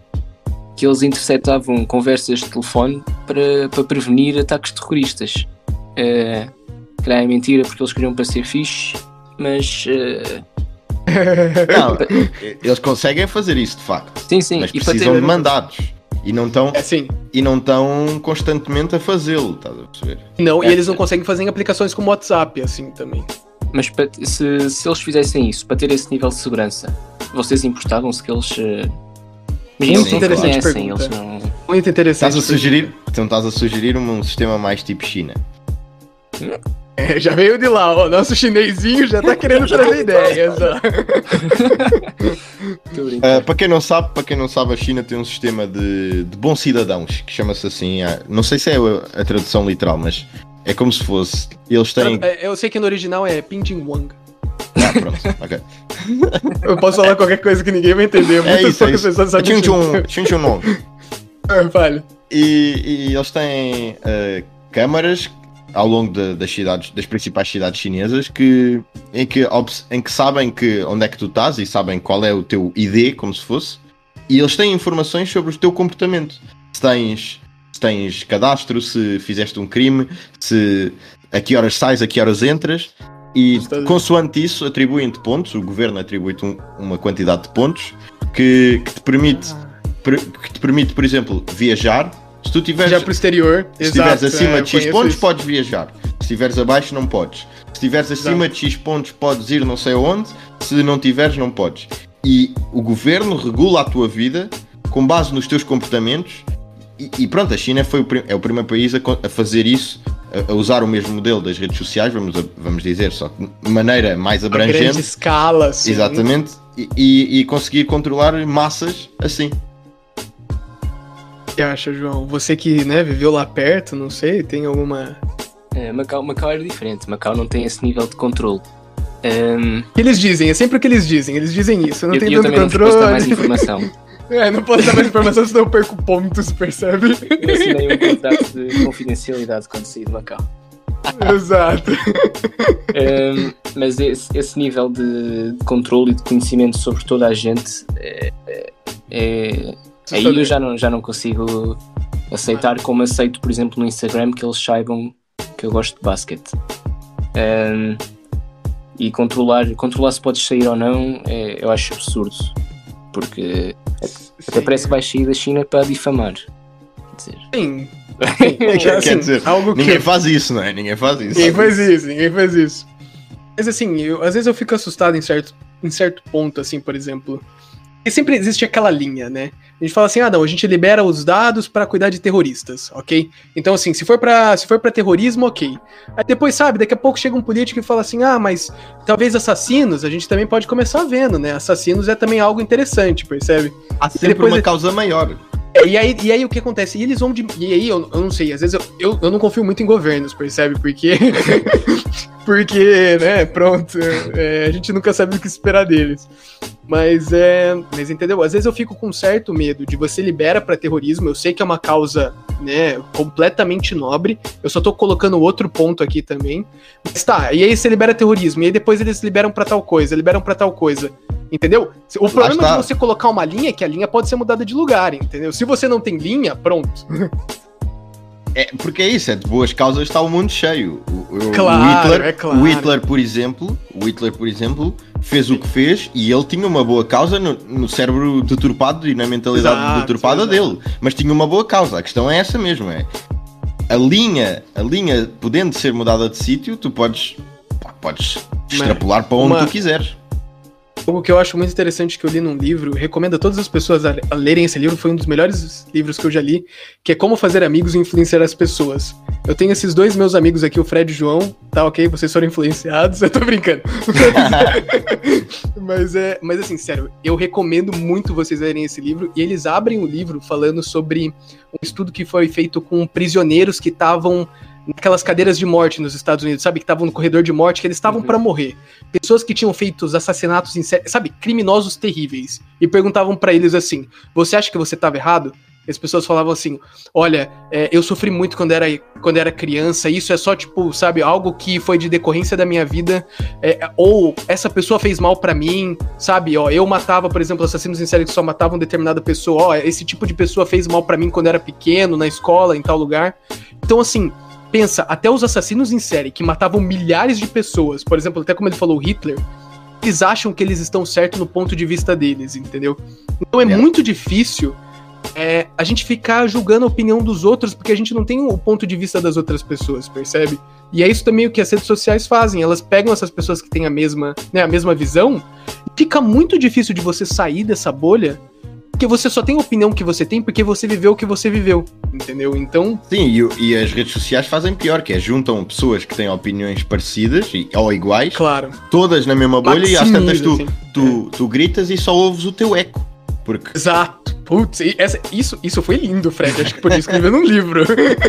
que eles interceptavam conversas de telefone para, para prevenir ataques terroristas. Uh, Claro, é mentira porque eles queriam para ser fixe, mas... Uh... Não, eles conseguem fazer isso de facto. Sim, sim. Mas e precisam ter... de mandados. E não estão É assim. e não estão constantemente a fazê-lo, estás a perceber? Não, É. e eles não conseguem fazer em aplicações como WhatsApp, assim, também. Mas para- se, se eles fizessem isso, para ter esse nível de segurança, vocês importavam-se que eles... eh, Imagina, Muito eles não interessante conhecem, pergunta. eles não... Muito interessante. Estás a sugerir, então estás a sugerir um, um sistema mais tipo China. É, já veio de lá, ó. Nosso chinesinho já tá querendo trazer ideias, ó. Estou a brincar. Uh, para quem não sabe, para quem não sabe, a China tem um sistema de, de bons cidadãos, que chama-se assim, ah, não sei se é a, a tradução literal, mas é como se fosse, eles têm... É, Eu sei que no original é Pinjin Wang. Ah, pronto, ok. Eu posso falar qualquer coisa que ninguém vai entender. É Muitas isso, é poucas isso. pessoas sabem. Xinjiang- Xinjiang. Vale. E, e eles têm uh, câmaras ao longo de- das cidades, das principais cidades chinesas, que, em, que, obs- em que sabem que, onde é que tu estás e sabem qual é o teu I D, como se fosse, e eles têm informações sobre o teu comportamento. Se tens, se tens cadastro, se fizeste um crime, se a que horas sais, a que horas entras, e Está bem. consoante isso atribuem-te pontos, o governo atribui-te um- uma quantidade de pontos que, que te permite, per- que te permite, por exemplo, viajar. Se tu tiveres, Já pro exterior. se estiveres exato, acima é, eu de X conheço pontos, isso. podes viajar. Se estiveres abaixo, não podes. Se estiveres acima Exato. de X pontos, podes ir não sei aonde. Se não tiveres, não podes. E o governo regula a tua vida com base nos teus comportamentos. E, e pronto, a China foi o, prim- é o primeiro país a, co- a fazer isso, a, a usar o mesmo modelo das redes sociais, vamos, a- vamos dizer, só que de maneira mais A grande abrangente. escala, assim. Exatamente. E, e- e conseguir controlar massas assim. O que acha, João? Você que, né, viveu lá perto, não sei, tem alguma... É, Macau, Macau era diferente, Macau não tem esse nível de controle. Ehm, O que eles dizem? É sempre o que eles dizem. Eles dizem isso. Eu não eu, tenho eu tanto também não te controle. posso dar mais informação. É, não posso dar mais informação, senão eu perco pontos, percebe? Eu assinei um contrato de confidencialidade quando saí de Macau. Exato. Um, mas esse, esse nível de, de controle e de conhecimento sobre toda a gente é, é, é- aí eu já não, já não consigo aceitar como aceito, por exemplo, no Instagram, que eles saibam que eu gosto de basquete. Um, e controlar, controlar se podes sair ou não, é, eu acho absurdo, porque até parece que vais sair da China para difamar. Quer dizer, Sim. Sim. É que, assim, Quer dizer, algo que... Ninguém faz isso, não é? Ninguém faz isso. Ninguém faz isso, ninguém faz isso. Mas assim, eu, às vezes eu fico assustado em certo, em certo ponto, assim, por exemplo. E sempre existe aquela linha, né? A gente fala assim, ah não, a gente libera os dados pra cuidar de terroristas, ok? Então assim, se for pra, se for pra terrorismo, ok. Aí depois, sabe, daqui a pouco chega um político e fala assim, ah, mas talvez assassinos, a gente também pode começar vendo, né? Assassinos é também algo interessante, percebe? Há sempre depois uma é- causa maior. É, e, aí, e aí o que acontece? E eles vão de. E aí eu, eu não sei, às vezes eu, eu, eu não confio muito em governos, percebe? Porque. Porque, né, pronto, é, a gente nunca sabe o que esperar deles. Mas é. Mas entendeu? Às vezes eu fico com certo medo de você libera pra terrorismo. Eu sei que é uma causa, né, completamente nobre. Eu só tô colocando outro ponto aqui também. Mas tá, e aí você libera terrorismo, e aí depois eles liberam pra tal coisa, liberam pra tal coisa. Entendeu? O problema está. de você colocar uma linha é que a linha pode ser mudada de lugar, entendeu? Se você não tem linha, pronto. É, porque é isso, é de boas causas está o mundo cheio. O, o- Claro, o Hitler, é claro. o Hitler, por exemplo, o Hitler, por exemplo, fez o que fez e ele tinha uma boa causa no, no cérebro deturpado e na mentalidade Exato, deturpada exato. dele. Mas tinha uma boa causa. A questão é essa mesmo, é a linha, a linha podendo ser mudada de sítio, tu podes, pá, podes extrapolar para onde uma- tu quiseres. Algo que eu acho muito interessante que eu li num livro, recomendo a todas as pessoas a, a lerem esse livro, foi um dos melhores livros que eu já li, que é Como Fazer Amigos e Influenciar as Pessoas. Eu tenho esses dois meus amigos aqui, o Fred e o João, tá ok? Vocês foram influenciados, eu tô brincando. mas, é, mas assim, sério, eu recomendo muito vocês lerem esse livro, e eles abrem o livro falando sobre um estudo que foi feito com prisioneiros que estavam naquelas cadeiras de morte nos Estados Unidos, sabe? Que estavam no corredor de morte, que eles estavam Uhum. pra morrer. Pessoas que tinham feito os assassinatos em série, sabe? Criminosos terríveis. E perguntavam pra eles assim, você acha que você tava errado? E as pessoas falavam assim, olha, é, eu sofri muito quando era, quando era criança, isso é só, tipo, sabe, algo que foi de decorrência da minha vida, é, ou essa pessoa fez mal pra mim, sabe, ó, eu matava, por exemplo, assassinos em série que só matavam determinada pessoa, ó, esse tipo de pessoa fez mal pra mim quando era pequeno, na escola, em tal lugar. Então, assim, pensa, até os assassinos em série que matavam milhares de pessoas, por exemplo, até como ele falou, Hitler, eles acham que eles estão certos no ponto de vista deles, entendeu? Então é Yeah. muito difícil é a gente ficar julgando a opinião dos outros porque a gente não tem o ponto de vista das outras pessoas, percebe? E é isso também o que as redes sociais fazem, elas pegam essas pessoas que têm a mesma, né, a mesma visão, e fica muito difícil de você sair dessa bolha, porque você só tem a opinião que você tem porque você viveu o que você viveu, entendeu? Então... Sim, e, e as redes sociais fazem pior, que é juntam pessoas que têm opiniões parecidas e, ou iguais, claro, todas na mesma bolha, e às tantas tu, assim. tu, tu gritas e só ouves o teu eco. Porque... Exato. Putz, essa, isso, isso foi lindo, Fred. Acho que podia escrever num livro.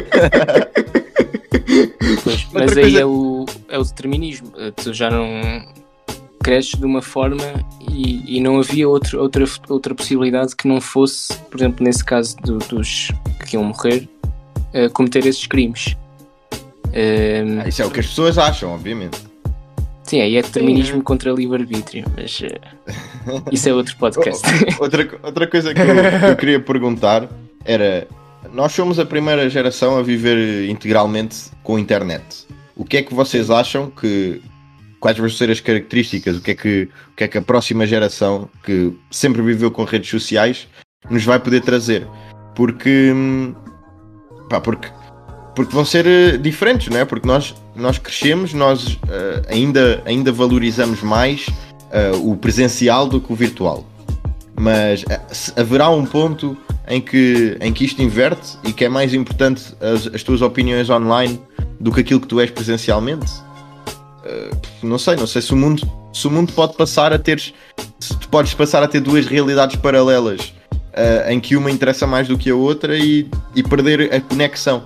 Pois, mas aí coisa... é, o, é o determinismo. Tu já não cresces de uma forma e, e não havia outro, outra, outra possibilidade que não fosse, por exemplo, nesse caso do, dos que iam morrer, uh, cometer esses crimes. Um... Ah, isso é o que as pessoas acham, obviamente. Sim, aí é determinismo Sim, é. contra livre-arbítrio, mas uh, isso é outro podcast. outra, outra coisa que eu, que eu queria perguntar era, nós somos a primeira geração a viver integralmente com a internet. O que é que vocês acham que, quais vão ser as características, o que é que, o que é que a próxima geração, que sempre viveu com redes sociais, nos vai poder trazer? Porque, pá, porque Porque vão ser uh, diferentes, não é? Porque nós, nós crescemos, nós uh, ainda, ainda valorizamos mais uh, o presencial do que o virtual. Mas uh, haverá um ponto em que, em que isto inverte e que é mais importante as, as tuas opiniões online do que aquilo que tu és presencialmente? Uh, não sei, não sei se o mundo, se o mundo pode passar a ter... Se tu podes passar a ter duas realidades paralelas uh, em que uma interessa mais do que a outra e, e perder a conexão.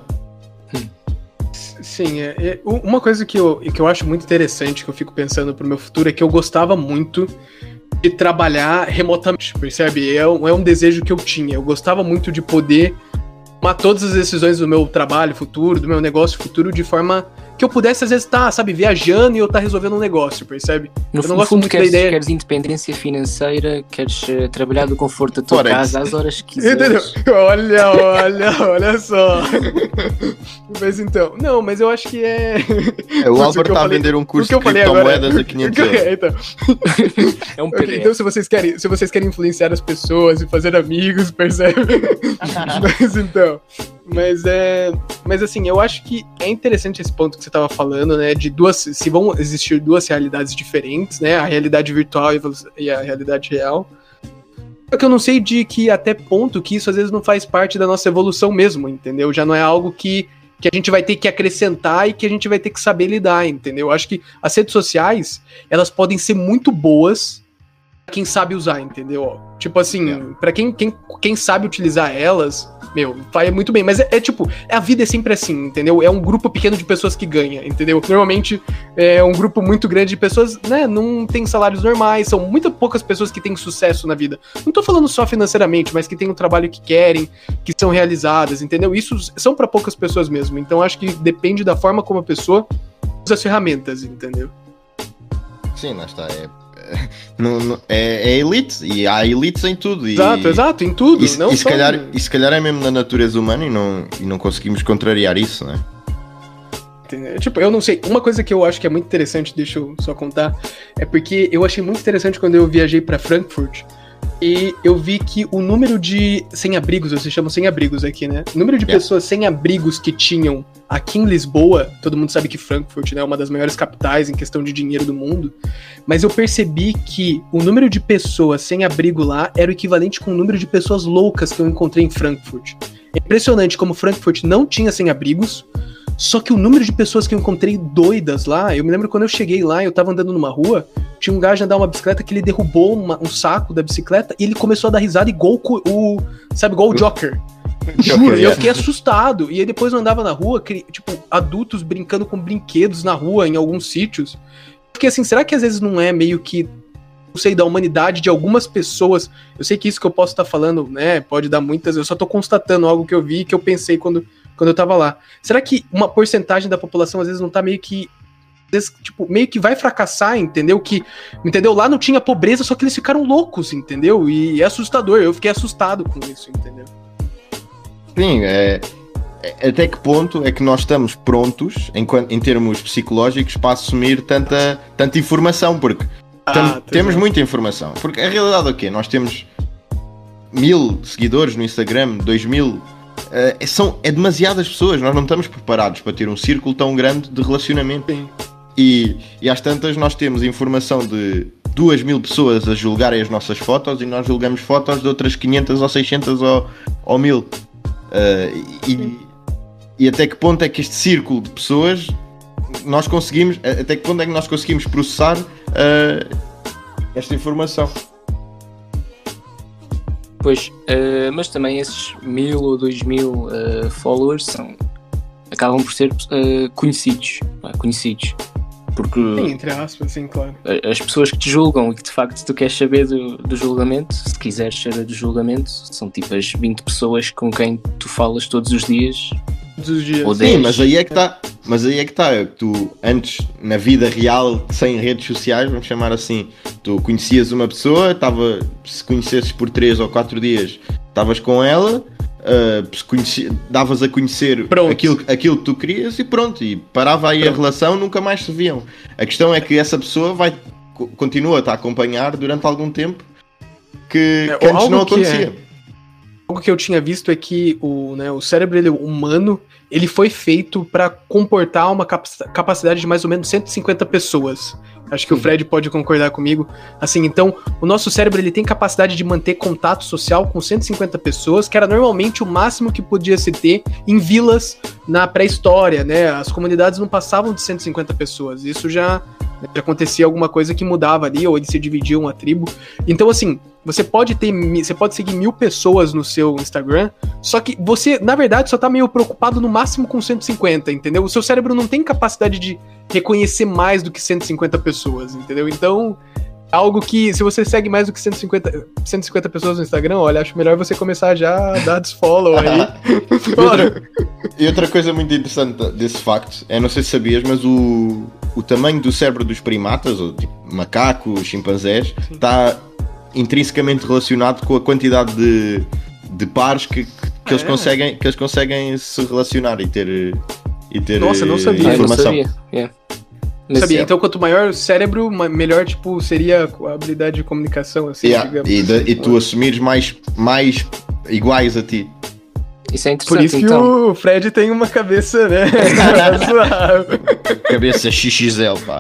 Sim, é, é, uma coisa que eu, que eu acho muito interessante, que eu fico pensando pro meu futuro, é que eu gostava muito de trabalhar remotamente, percebe? É um, é um desejo que eu tinha, eu gostava muito de poder tomar todas as decisões do meu trabalho futuro, do meu negócio futuro, de forma que eu pudesse, às vezes, estar, tá, sabe, viajando e eu estar tá resolvendo um negócio, percebe? No, eu não gosto fundo, muito queres, da ideia... queres independência financeira, queres uh, trabalhar do conforto da tua Ora, casa às horas que quiseres. Olha, olha, olha só. Mas então, não, mas eu acho que é... é o Álvaro está a vender um curso de criptomoedas a quinhentos euros. É, então. É um P D F. Okay, então, se vocês, querem, se vocês querem influenciar as pessoas e fazer amigos, percebe? Mas então... Mas é. Mas assim, eu acho que é interessante esse ponto que você estava falando, né? De duas. Se vão existir duas realidades diferentes, né? A realidade virtual e a realidade real. Só que eu não sei de que até ponto que isso às vezes não faz parte da nossa evolução mesmo, entendeu? Já não é algo que, que a gente vai ter que acrescentar e que a gente vai ter que saber lidar, entendeu? Eu acho que as redes sociais, elas podem ser muito boas pra quem sabe usar, entendeu? Tipo assim, é. pra quem, quem, quem sabe utilizar elas, meu, vai muito bem. Mas é, é tipo, a vida é sempre assim, entendeu? É um grupo pequeno de pessoas que ganha, entendeu? Normalmente é um grupo muito grande de pessoas, né, não tem salários normais, são muito poucas pessoas que têm sucesso na vida. Não tô falando só financeiramente, mas que têm o trabalho que querem, que são realizadas, entendeu? Isso são pra poucas pessoas mesmo. Então acho que depende da forma como a pessoa usa as ferramentas, entendeu? Sim, lá está, é... No, no, é, é elite, e há elites em tudo. E, exato, exato, em tudo. E, não e, se calhar, e se calhar é mesmo na natureza humana e não, e não conseguimos contrariar isso, né? Tipo, eu não sei, uma coisa que eu acho que é muito interessante, deixa eu só contar, é porque eu achei muito interessante quando eu viajei pra Frankfurt e eu vi que o número de sem-abrigos, vocês chamam sem-abrigos aqui, né? O número de yeah. pessoas sem-abrigos que tinham aqui em Lisboa, todo mundo sabe que Frankfurt, né, é uma das maiores capitais em questão de dinheiro do mundo, mas eu percebi que o número de pessoas sem abrigo lá era o equivalente com o número de pessoas loucas que eu encontrei em Frankfurt. É impressionante como Frankfurt não tinha sem-abrigos, só que o número de pessoas que eu encontrei doidas lá, eu me lembro quando eu cheguei lá, eu tava andando numa rua, tinha um gajo andar uma bicicleta que ele derrubou uma, um saco da bicicleta e ele começou a dar risada igual o, o sabe, igual o Joker. Juro, e eu fiquei assustado. E aí depois eu andava na rua, que, tipo, adultos brincando com brinquedos na rua, em alguns sítios. Fiquei assim, será que às vezes não é meio que, não sei, da humanidade de algumas pessoas? Eu sei que isso que eu posso estar falando, né, pode dar muitas, eu só tô constatando algo que eu vi e que eu pensei quando, quando eu tava lá. Será que uma porcentagem da população às vezes não tá meio que, às vezes, tipo, meio que vai fracassar, entendeu? Que, entendeu? Lá não tinha pobreza, só que eles ficaram loucos, entendeu? E é assustador, eu fiquei assustado com isso, entendeu? Sim, é, é, até que ponto é que nós estamos prontos, em, em termos psicológicos, para assumir tanta, tanta informação, porque ah, tam, temos muita informação. Porque a realidade é o quê? Nós temos, mil seguidores no Instagram, dois mil, uh, são, é demasiadas pessoas, nós não estamos preparados para ter um círculo tão grande de relacionamento. Sim. E, e às tantas nós temos informação de duas mil pessoas a julgarem as nossas fotos e nós julgamos fotos de outras quinhentas ou seiscentas ou, ou mil. Uh, e, e até que ponto é que este círculo de pessoas nós conseguimos, até que ponto é que nós conseguimos processar uh, esta informação? Pois, uh, mas também esses mil ou dois mil uh, followers são, acabam por ser uh, conhecidos, não é? Conhecidos. Porque Sim, entre aspas, sim, claro. As pessoas que te julgam e que de facto tu queres saber do, do julgamento, se quiseres saber do julgamento, são tipo as vinte pessoas com quem tu falas todos os dias. Todos os dias. Ou Sim, dez. mas aí é que está. Mas aí é que está. Tu antes, na vida real, sem redes sociais, vamos chamar assim, tu conhecias uma pessoa, tava, se conhecesses por três ou quatro dias, estavas com ela. Uh, se conheci, davas a conhecer aquilo, aquilo que tu querias e pronto, e parava aí pronto. A relação, nunca mais se viam. A questão é que essa pessoa vai, continua-te a acompanhar durante algum tempo que, é, que antes não acontecia. Que é, algo que eu tinha visto é que o, né, o cérebro ele, humano ele foi feito para comportar uma capacidade de mais ou menos cento e cinquenta pessoas. Acho que o Fred pode concordar comigo. Assim, então, o nosso cérebro ele tem capacidade de manter contato social com cento e cinquenta pessoas, que era normalmente o máximo que podia se ter em vilas na pré-história, né? As comunidades não passavam de cento e cinquenta pessoas. Isso já, já acontecia alguma coisa que mudava ali, ou eles se dividiam a tribo. Então, assim, você pode ter, você pode seguir mil pessoas no seu Instagram, só que você, na verdade, só tá meio preocupado no máximo com cento e cinquenta, entendeu? O seu cérebro não tem capacidade de reconhecer mais do que cento e cinquenta pessoas, entendeu? Então, algo que, se você segue mais do que cento e cinquenta, cento e cinquenta pessoas no Instagram, olha, acho melhor você começar já a dar desfollow aí. e, outra, e outra coisa muito interessante desse facto, é, não sei se sabias, mas o, o tamanho do cérebro dos primatas, ou tipo, macacos, chimpanzés, está intrinsecamente relacionado com a quantidade de, de pares que, que, que, eles é. conseguem, que eles conseguem se relacionar e ter, e ter Nossa, não sabia. informação. Ah, não sabia. Yeah. Não sabia. Então, quanto maior o cérebro, melhor tipo, seria a habilidade de comunicação, assim, yeah. digamos. E, de, e tu assumires mais, mais iguais a ti. Isso é interessante. Por isso que então. o Fred tem uma cabeça, né? Cabeça X X L, pá.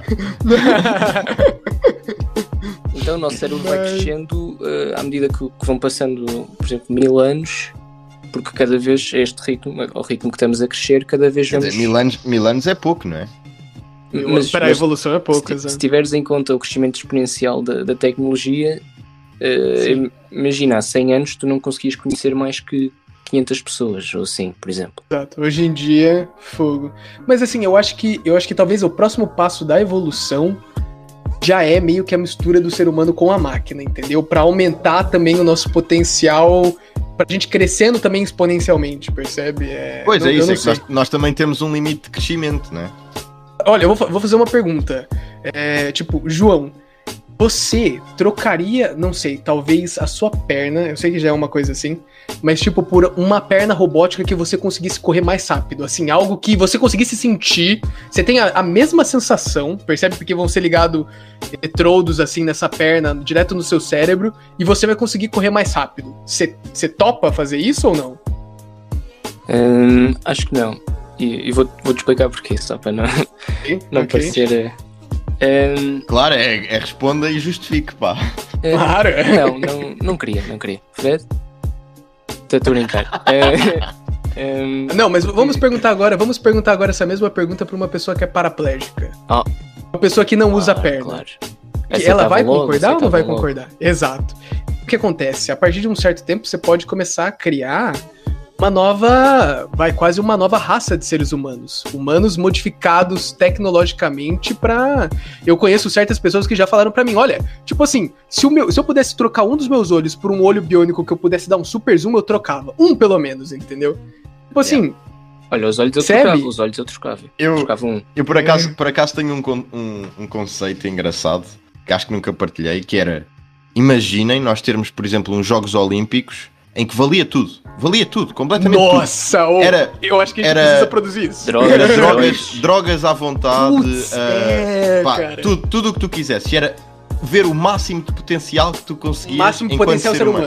Então o nosso cérebro vai crescendo uh, à medida que, que vão passando, por exemplo, mil anos, porque cada vez este ritmo, ao ritmo que estamos a crescer, cada vez vamos... Dizer, mil, anos, mil anos é pouco, não é? Mas para a evolução é pouco, se, se tiveres em conta o crescimento exponencial da, da tecnologia, uh, imagina, há cem anos tu não conseguias conhecer mais que quinhentas pessoas, ou assim, por exemplo. Exato, hoje em dia, fogo. Mas assim, eu acho que, eu acho que talvez o próximo passo da evolução já é meio que a mistura do ser humano com a máquina, entendeu? Para aumentar também o nosso potencial, pra gente crescendo também exponencialmente, percebe? É, pois não, é isso, é que nós, nós também temos um limite de crescimento, né? Olha, eu vou, vou fazer uma pergunta. É, tipo, João, você trocaria, não sei, talvez a sua perna, eu sei que já é uma coisa assim, mas tipo, por uma perna robótica que você conseguisse correr mais rápido, assim, algo que você conseguisse sentir, você tem a, a mesma sensação, percebe? Porque vão ser ligados eletrodos, assim, nessa perna, direto no seu cérebro, e você vai conseguir correr mais rápido. Você, você topa fazer isso ou não? Hum, acho que não. E, e vou, vou te explicar porquê, só para não, okay, não okay. parecer... Um, claro, é, é responda e justifique, pá. Uh, claro. Não, não, não queria, não queria. Fred? Estou a brincar. Uh, um, não, mas vamos perguntar agora, vamos perguntar agora essa mesma pergunta para uma pessoa que é paraplégica. Oh. Uma pessoa que não ah, usa a perna. Claro. Que ela vai logo, concordar ou não vai logo. concordar? Exato. O que acontece? A partir de um certo tempo você pode começar a criar uma nova, vai quase uma nova raça de seres humanos, humanos modificados tecnologicamente para... Eu conheço certas pessoas que já falaram para mim, olha, tipo assim, se, o meu, se eu pudesse trocar um dos meus olhos por um olho biônico que eu pudesse dar um super zoom, eu trocava, um pelo menos, entendeu? Tipo assim... Yeah. Olha, os olhos eu Percebe? trocava, os olhos eu trocava. Eu, trocava um. eu por acaso, por acaso tenho um, um, um conceito engraçado, que acho que nunca partilhei, que era, imaginem nós termos, por exemplo, uns Jogos Olímpicos em que valia tudo, valia tudo, completamente Nossa, tudo. Oh, era, eu acho que a gente era, precisa produzir isso. Drogas, era drogas, drogas à vontade, Putz, uh, é, pá, cara. tudo, tudo o que tu quisesse, era ver o máximo de potencial que tu conseguias O máximo de enquanto potencial ser ser humano. humano.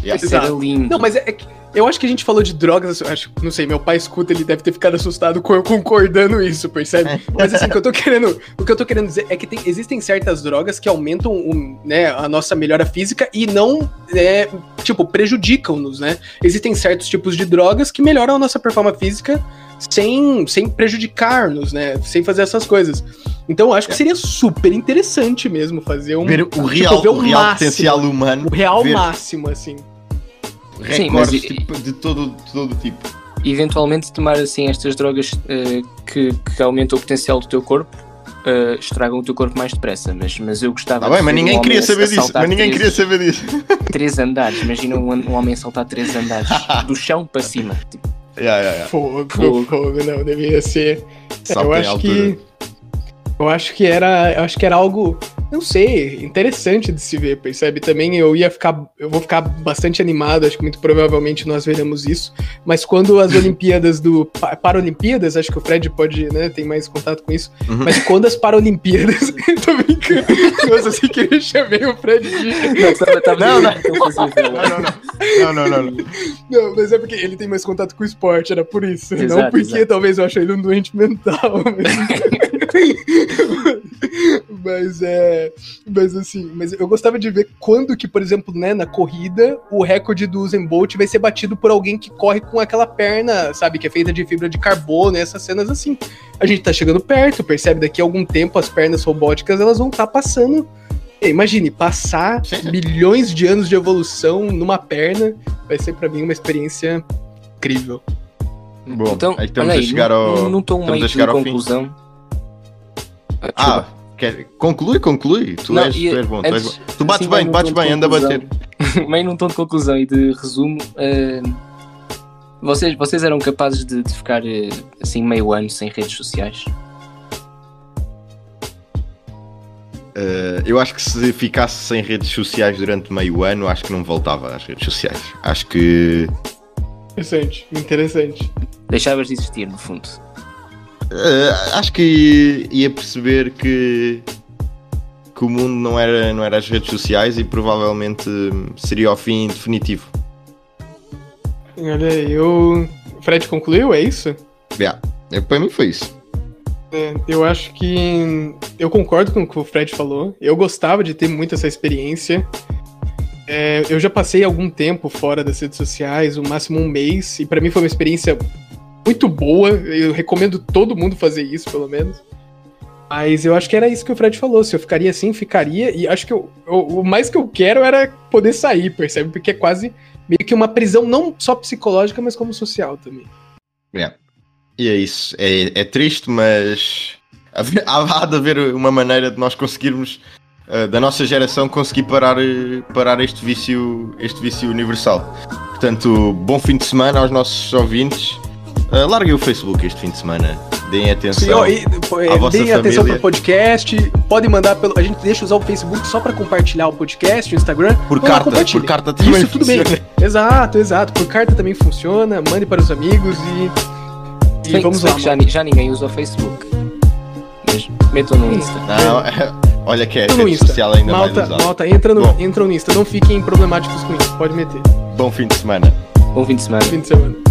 Yeah. Isso era lindo. Não, mas é, é que eu acho que a gente falou de drogas, eu acho, não sei, meu pai escuta, ele deve ter ficado assustado com eu concordando isso, percebe? Mas assim, o que eu tô querendo, o que eu tô querendo dizer é que tem, existem certas drogas que aumentam o, né, a nossa melhora física e não, é, tipo, prejudicam-nos, né? Existem certos tipos de drogas que melhoram a nossa performance física sem, sem prejudicar-nos, né? Sem fazer essas coisas. Então eu acho que seria super interessante mesmo fazer um... Ver o tipo, real, ver o real máximo, potencial humano. o real ver máximo, assim. Sim, mas recordes e- tipo, de todo, de todo tipo. Eventualmente tomar assim estas drogas eh, que, que aumentam o potencial do teu corpo eh, estragam o teu corpo mais depressa, mas, mas eu gostava Tá bem, de mas ver ninguém um queria homem saber a disso. saltar Mas ninguém três, queria saber disso. três andares. Imagina um, um homem a saltar três andares do chão para cima. Tipo, Yeah, yeah, yeah. Fogo, Fogo. fogo, não, devia ser. Salto eu em acho altura. que. Eu acho que era. Eu acho que era algo, não sei, interessante de se ver, percebe? Também eu ia ficar. Eu vou ficar bastante animado, acho que muito provavelmente nós veremos isso. Mas quando as Olimpíadas do. Pa- Paralimpíadas, acho que o Fred pode, né? Tem mais contato com isso. Uhum. Mas quando as Paralimpíadas. Tô brincando. Nossa, assim que eu chamei o Fred de. não, tava, tava Não, não. então fazia ver. Não, não, não. Não, não, não, não. Não, mas é porque ele tem mais contato com o esporte, era por isso. não Exato, porque exato. talvez eu achei ele um doente mental. Mas, mas é. Mas assim, mas eu gostava de ver quando que, por exemplo, né, na corrida, o recorde do Usain Bolt vai ser batido por alguém que corre com aquela perna, sabe, que é feita de fibra de carbono, essas cenas assim. A gente tá chegando perto, percebe? Daqui a algum tempo as pernas robóticas elas vão estar passando. Imagine, passar Sim, sim. milhões de anos de evolução numa perna vai ser pra mim uma experiência incrível. Bom, então, aí estamos olha a chegar não, ao- Não estou estamos meio a chegar de ao fim. conclusão. Ah, Ah, desculpa. quer... conclui, conclui. Tu, Não, és, e tu és bom. Tu, és antes- bom. Tu bates assim, bem, meio num bates tom de bem, anda a conclusão. bater. Meio num tom de conclusão e de resumo, eh, vocês, vocês eram capazes de, de ficar eh, assim meio ano sem redes sociais? Uh, eu acho que se ficasse sem redes sociais durante meio ano, acho que não voltava às redes sociais. Acho que. Interessante, interessante. Deixavas de existir, no fundo. uh, acho que ia perceber que. que o mundo não era, não era as redes sociais e provavelmente hum, seria o fim definitivo. Olha, eu. O Fred concluiu, é isso? Yeah. É, para mim foi isso. É, eu acho que. Eu concordo com o que o Fred falou. Eu gostava de ter muito essa experiência. É, eu já passei algum tempo fora das redes sociais, o máximo um mês, e pra mim foi uma experiência muito boa. Eu recomendo todo mundo fazer isso, pelo menos. Mas eu acho que era isso que o Fred falou. Se eu ficaria assim, ficaria. E acho que eu, eu- o mais que eu quero era poder sair, percebe? Porque é quase meio que uma prisão, não só psicológica, mas como social também. Yeah. E é isso. É, é triste, mas há, há de haver uma maneira de nós conseguirmos, uh, da nossa geração, conseguir parar, uh, parar este vício, este vício universal. Portanto, bom fim de semana aos nossos ouvintes. Uh, larguem o Facebook este fim de semana. Deem atenção. Sim, ó, e, pô, é, à vossa deem atenção família. pro podcast. Pode mandar pelo. A gente deixa usar o Facebook só pra compartilhar o podcast, o Instagram. Por Vamos lá, carta, compartilhe. por carta também Isso tudo bem. funciona. Exato, exato. Por carta também funciona. Mande para os amigos e. E Se bem- vamos se bem lá. que já, mano. ni- já ninguém usa o Facebook. Mas metam no Insta. Não, olha que é a Entra no rede Insta. social ainda Malta, mais usada. malta, entra no, Bom. entra no Insta. Não fiquem problemáticos com isso. Pode meter. Bom fim de semana. Bom fim de semana. Fim de semana.